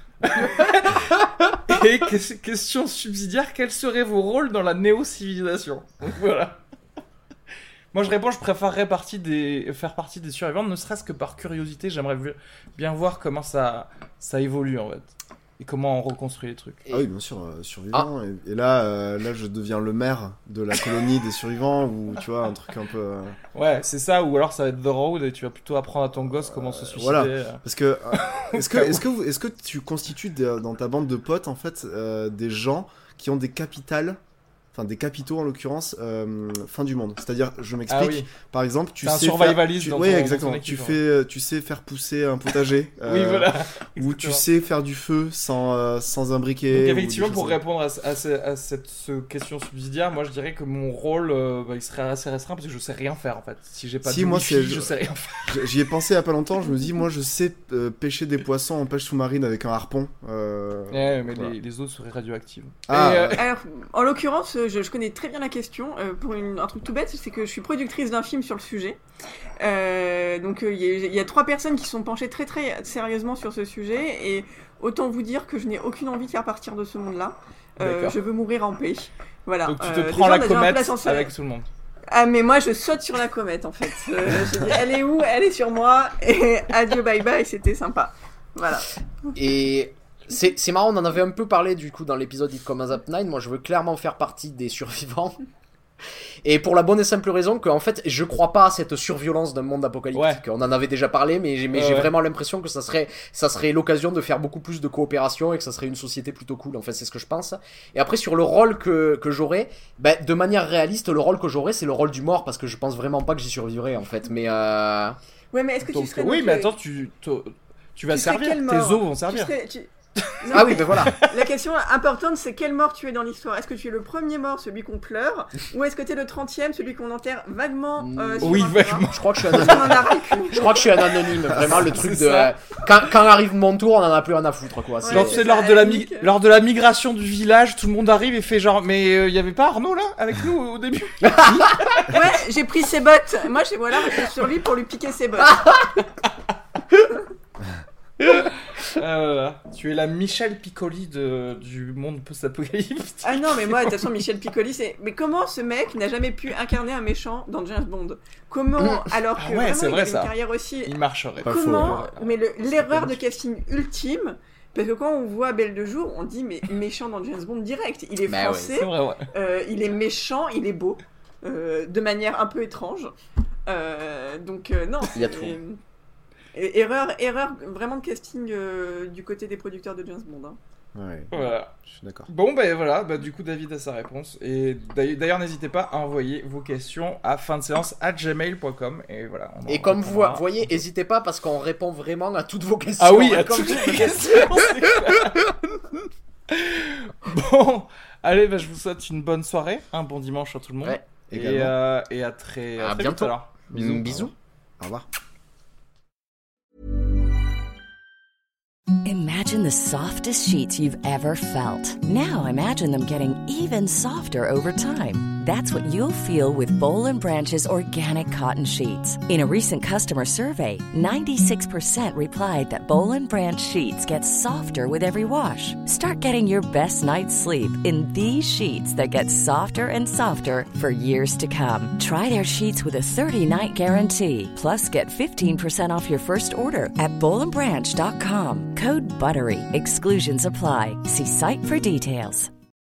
Et question subsidiaire, quels seraient vos rôles dans la néo-civilisation? Donc, voilà. Moi je réponds, je préférerais partie des... faire partie des survivants, ne serait-ce que par curiosité. J'aimerais bien voir comment ça, ça évolue en fait. Et comment on reconstruit les trucs. Ah oui, bien sûr, euh, survivant. Ah. Et, et là, euh, là, je deviens le maire de la colonie des survivants, ou tu vois, un truc un peu... Euh... Ouais, c'est ça, ou alors ça va être The Road, et tu vas plutôt apprendre à ton gosse comment euh, se suicider. Voilà, parce que... Euh, est-ce que, est-ce que, vous, est-ce que tu constitues des, dans ta bande de potes, en fait, euh, des gens qui ont des capitales enfin des capitaux en l'occurrence, euh, fin du monde. C'est-à-dire, je m'explique. Ah oui. Par exemple, tu C'est un sais survivaliste faire, dans tu, ouais, ton- dans exactement. ton équipe, tu ouais. fais, tu sais faire pousser un potager. Oui, euh, voilà. Ou tu Exactement. sais faire du feu sans, euh, sans un briquet. Donc ou des effectivement, choses pour comme ça. répondre à, ce- à, ce- à cette ce question subsidiaire, moi je dirais que mon rôle, euh, bah, il serait assez restreint parce que je sais rien faire en fait. Si j'ai pas Si, de moi, wifi, c'est- je sais rien faire. J- J'y ai pensé il y a pas longtemps. Je me dis, moi, je sais euh, pêcher des poissons en pêche sous-marine avec un harpon. Euh, Ouais, mais voilà. les, les autres seraient radioactives. Ah, Et, euh, Alors, en l'occurrence, je, je connais très bien la question. Euh, pour une- un truc tout bête, c'est que je suis productrice d'un film sur le sujet. Euh, donc, il y, a- y a trois personnes qui sont penchées très très sérieusement sur ce sujet. Et autant vous dire que je n'ai aucune envie de faire partir de ce monde-là. Euh, D'accord. je veux mourir en paix. Voilà. donc tu te Euh, prends déjà, la on a déjà un comète place en sol- avec tout le monde. Ah, mais moi, je saute sur la comète, en fait. Euh, je dis, elle est où? Elle est sur moi. Et adieu, bye bye, c'était sympa. Voilà. Et c'est, c'est marrant, on en avait un peu parlé du coup dans l'épisode It Comes at Night. Moi, je veux clairement faire partie des survivants. Et pour la bonne et simple raison qu'en fait, je crois pas à cette surviolence d'un monde apocalyptique. On en avait déjà parlé, mais j'ai, mais Ouais, j'ai ouais. vraiment l'impression que ça serait, ça serait l'occasion de faire beaucoup plus de coopération et que ça serait une société plutôt cool. En fait, c'est ce que je pense. Et après, sur le rôle que, que j'aurais, ben, de manière réaliste, le rôle que j'aurais, c'est le rôle du mort parce que je pense vraiment pas que j'y survivrai en fait. Mais euh... Ouais, mais est-ce que Donc, tu serais. oui, donc, mais euh, attends, tu, tu, tu vas tu serais servir. quelle Tes mort os vont tu servir. serais- tu- Non, ah oui, mais ben voilà. La question importante, c'est quelle mort tu es dans l'histoire. Est-ce que tu es le premier mort, celui qu'on pleure, ou est-ce que tu es le trentième, celui qu'on enterre vaguement euh, sur Oui, un terrain vaguement. Je crois que je suis Parce anonyme. qu'on en a ras le cul. Je crois que je suis un anonyme, vraiment le truc C'est de ça. euh, quand, quand arrive mon tour, on en a plus rien à foutre quoi. C'est- Ouais, Genre, tu c'est sais, ça, lors à de, la la mi- limite. lors de la migration du village, tout le monde arrive et fait genre, mais il y avait pas Arnaud là avec nous au début? Ouais, j'ai pris ses bottes. Moi, j'ai voilà, je suis sur lui pour lui piquer ses bottes. Ah, voilà. Tu es la Michel Piccoli de, du monde post-apocalyptique. Ah non, mais moi, de toute façon, Michel Piccoli, c'est. Mais comment ce mec n'a jamais pu incarner un méchant dans James Bond? Comment, alors que Ah ouais, vraiment, c'est il vrai, avait ça. une carrière aussi. Il marcherait. Pas faux, Comment ouais. Mais le- l'erreur de casting ultime. Parce que quand on voit Belle de Jour, on dit mais méchant dans James Bond direct. Il est Bah ouais, français, C'est vrai, ouais. euh, il est méchant, il est beau, euh, de manière un peu étrange. Euh, donc euh, non. Il y a c'est- tout. Et- erreur, erreur vraiment de casting euh, du côté des producteurs de James Bond. Hein. Ouais, Voilà. je suis d'accord. Bon, ben voilà, bah, du coup, David a sa réponse. Et d'ailleurs, d'ailleurs, n'hésitez pas à envoyer vos questions à fin de séance arobase gmail point com. Et voilà. on en Et comme vous répondra. voyez, n'hésitez pas parce qu'on répond vraiment à toutes vos questions. Ah oui, à Comme- toutes les questions. c'est clair. Bon, allez, bah, je vous souhaite une bonne soirée, un bon dimanche à tout le monde. Ouais, et, également. euh, et à très, à À très bientôt. vite, alors. Bisous. Bisous. Au revoir. Imagine the softest sheets you've ever felt. Now imagine them getting even softer over time. That's what you'll feel with Bowl and Branch's organic cotton sheets. In a recent customer survey, ninety-six percent replied that Bowl and Branch sheets get softer with every wash. Start getting your best night's sleep in these sheets that get softer and softer for years to come. Try their sheets with a thirty-night guarantee. Plus, get fifteen percent off your first order at bowl and branch dot com. Code BUTTERY. Exclusions apply. See site for details.